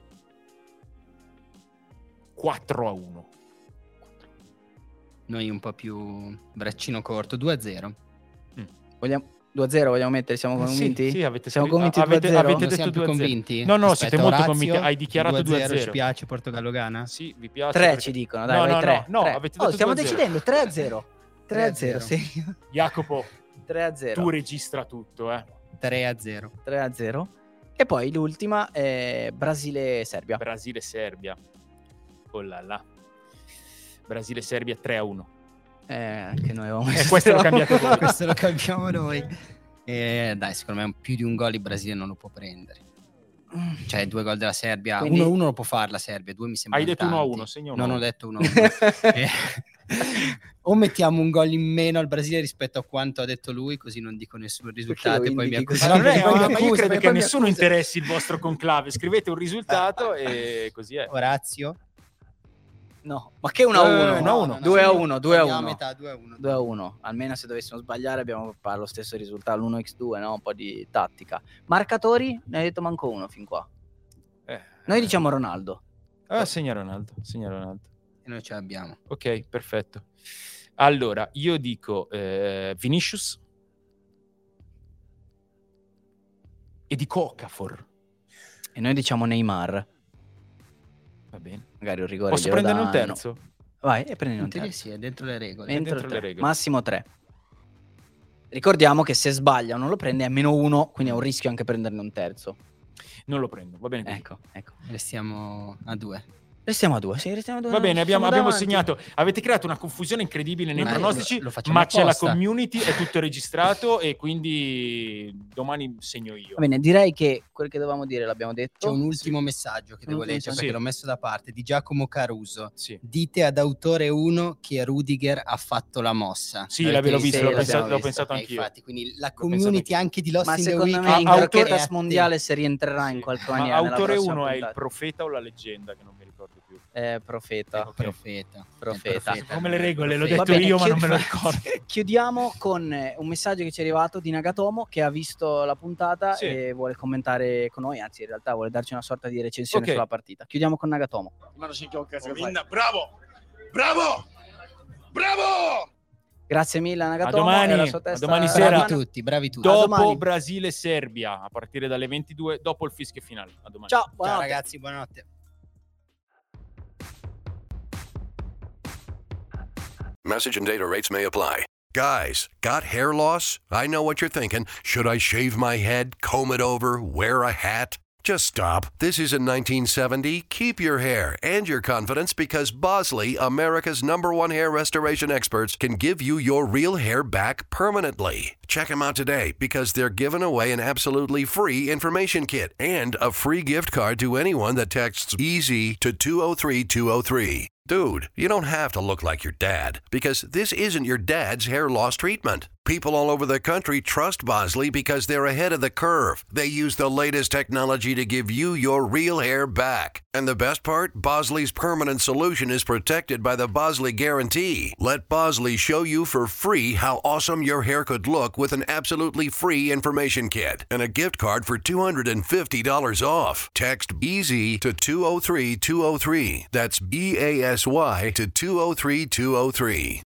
quattro a uno. Noi un po' più braccino corto, due a zero. Vogliamo due a zero, vogliamo mettere? Siamo convinti? Sì, sì, avete Siamo scritto- convinti avete, due a zero? avete Non detto siamo più due a zero. convinti? No, no, Aspetta, siete molto Orazio, convinti. Hai dichiarato due a zero. Ci piace Portogallo-Ghana? Sì, vi piace? Tre perché- ci dicono, dai, No, vai no, tre. no, no, tre. avete Oh, detto stiamo due a zero. decidendo, tre a zero. tre a zero, tre a sì. Jacopo, tre a zero. tu registra tutto, eh. tre a zero. tre a zero. E poi l'ultima è Brasile-Serbia. Brasile-Serbia. Oh là là. Brasile-Serbia tre a uno. Eh, che noi avevamo E messo. questo lo cambiate voi. Questo lo cambiamo noi. E dai, secondo me più di un gol il Brasile non lo può prendere. Cioè, due gol della Serbia. Quindi- uno a uno lo può fare la Serbia, due mi sembra. Hai detto uno a tanti. uno, segna uno a Non ho uno. detto uno a uno. Eh, o mettiamo un gol in meno al Brasile rispetto a quanto ha detto lui, così non dico nessun risultato e poi mi indichi così? accusano. Ma, non è- Poi mi ma- ma io accusa, credo che poi a mi nessuno accusa. interessi il vostro conclave. Scrivete un risultato e così è. Orazio. No, ma che uno a Eh, uno? uno a uno. due a uno, due a Andiamo uno. metà, due a uno. due a uno. Almeno se dovessimo sbagliare abbiamo fatto lo stesso risultato, l'uno a due, no? Un po' di tattica. Marcatori? Ne hai detto manco uno fin qua. Eh, Noi diciamo Ronaldo. Ah, segna Ronaldo, segna Ronaldo. E noi ce l'abbiamo. Ok, perfetto. Allora, io dico eh, Vinicius e dico Okafor. E noi diciamo Neymar. Va bene. Magari un rigore. Posso glielo prenderne un danno. terzo? Vai e prendi un In teoria terzo. sì, è dentro le regole. Entro dentro tre. le regole. Massimo tre. Ricordiamo che se sbaglia o non lo prende è meno uno, quindi è un rischio anche prenderne un terzo. Non lo prendo, va bene così. Ecco, ecco. Restiamo a due. Restiamo a due, sì, restiamo a due. Va bene, abbiamo, Siamo abbiamo davanti. segnato. Avete creato una confusione incredibile nei Ma pronostici, lo- lo facciamo ma c'è la apposta. community, è tutto registrato e quindi domani segno io. Va bene, direi che quel che dovevamo dire l'abbiamo detto. C'è un ultimo messaggio che Un devo ultimo leggere messaggio. perché Sì. l'ho messo da parte di Giacomo Caruso. Sì, Dite ad autore uno che Rudiger ha fatto la mossa. sì L'avete l'avevo visto? visto, l'ho l'abbiamo pensato, l'ho visto. pensato Eh, anch'io. infatti, quindi la pensato community anch'io. anche di Lost Ma in the secondo Week me in Ah, autore- Croquetas è mondiale si rientrerà Sì. in qualche Ma maniera. nella autore prossima uno è il puntata. profeta o la leggenda, che non mi ricordo più. Eh, profeta. Ok. profeta. Profeta. È Come le regole, l'ho Profeta. detto Va bene, io, ma non chiudi- me lo ricordo. Chiudiamo con eh, un messaggio che ci è arrivato di Nagatomo che ha visto la puntata Sì. e vuole commentare con noi, anzi in realtà vuole darci una sorta di recensione Ok. sulla partita. Chiudiamo con Nagatomo. Bravo! Bravo! Bravo! Grazie mille a Nagatomo. domani, e alla sua a testa- domani Bravi sera. tutti, bravi tutti. A Dopo domani. Brasile-Serbia, a partire dalle ventidue, dopo il fischio finale. A domani. Ciao, Ciao buonanotte. ragazzi, buonanotte. Message and data rates may apply. Guys, got hair loss? I know what you're thinking. Should I shave my head, comb it over, wear a hat? Just stop. This isn't nineteen seventy. Keep your hair and your confidence because Bosley, America's number one hair restoration experts, can give you your real hair back permanently. Check them out today because they're giving away an absolutely free information kit and a free gift card to anyone that texts EASY to two oh three two oh three. Dude, you don't have to look like your dad because this isn't your dad's hair loss treatment. People all over the country trust Bosley because they're ahead of the curve. They use the latest technology to give you your real hair back. And the best part? Bosley's permanent solution is protected by the Bosley Guarantee. Let Bosley show you for free how awesome your hair could look with an absolutely free information kit and a gift card for two hundred fifty dollars off. Text EASY to two oh three two oh three. That's B A S Y to two oh three two oh three.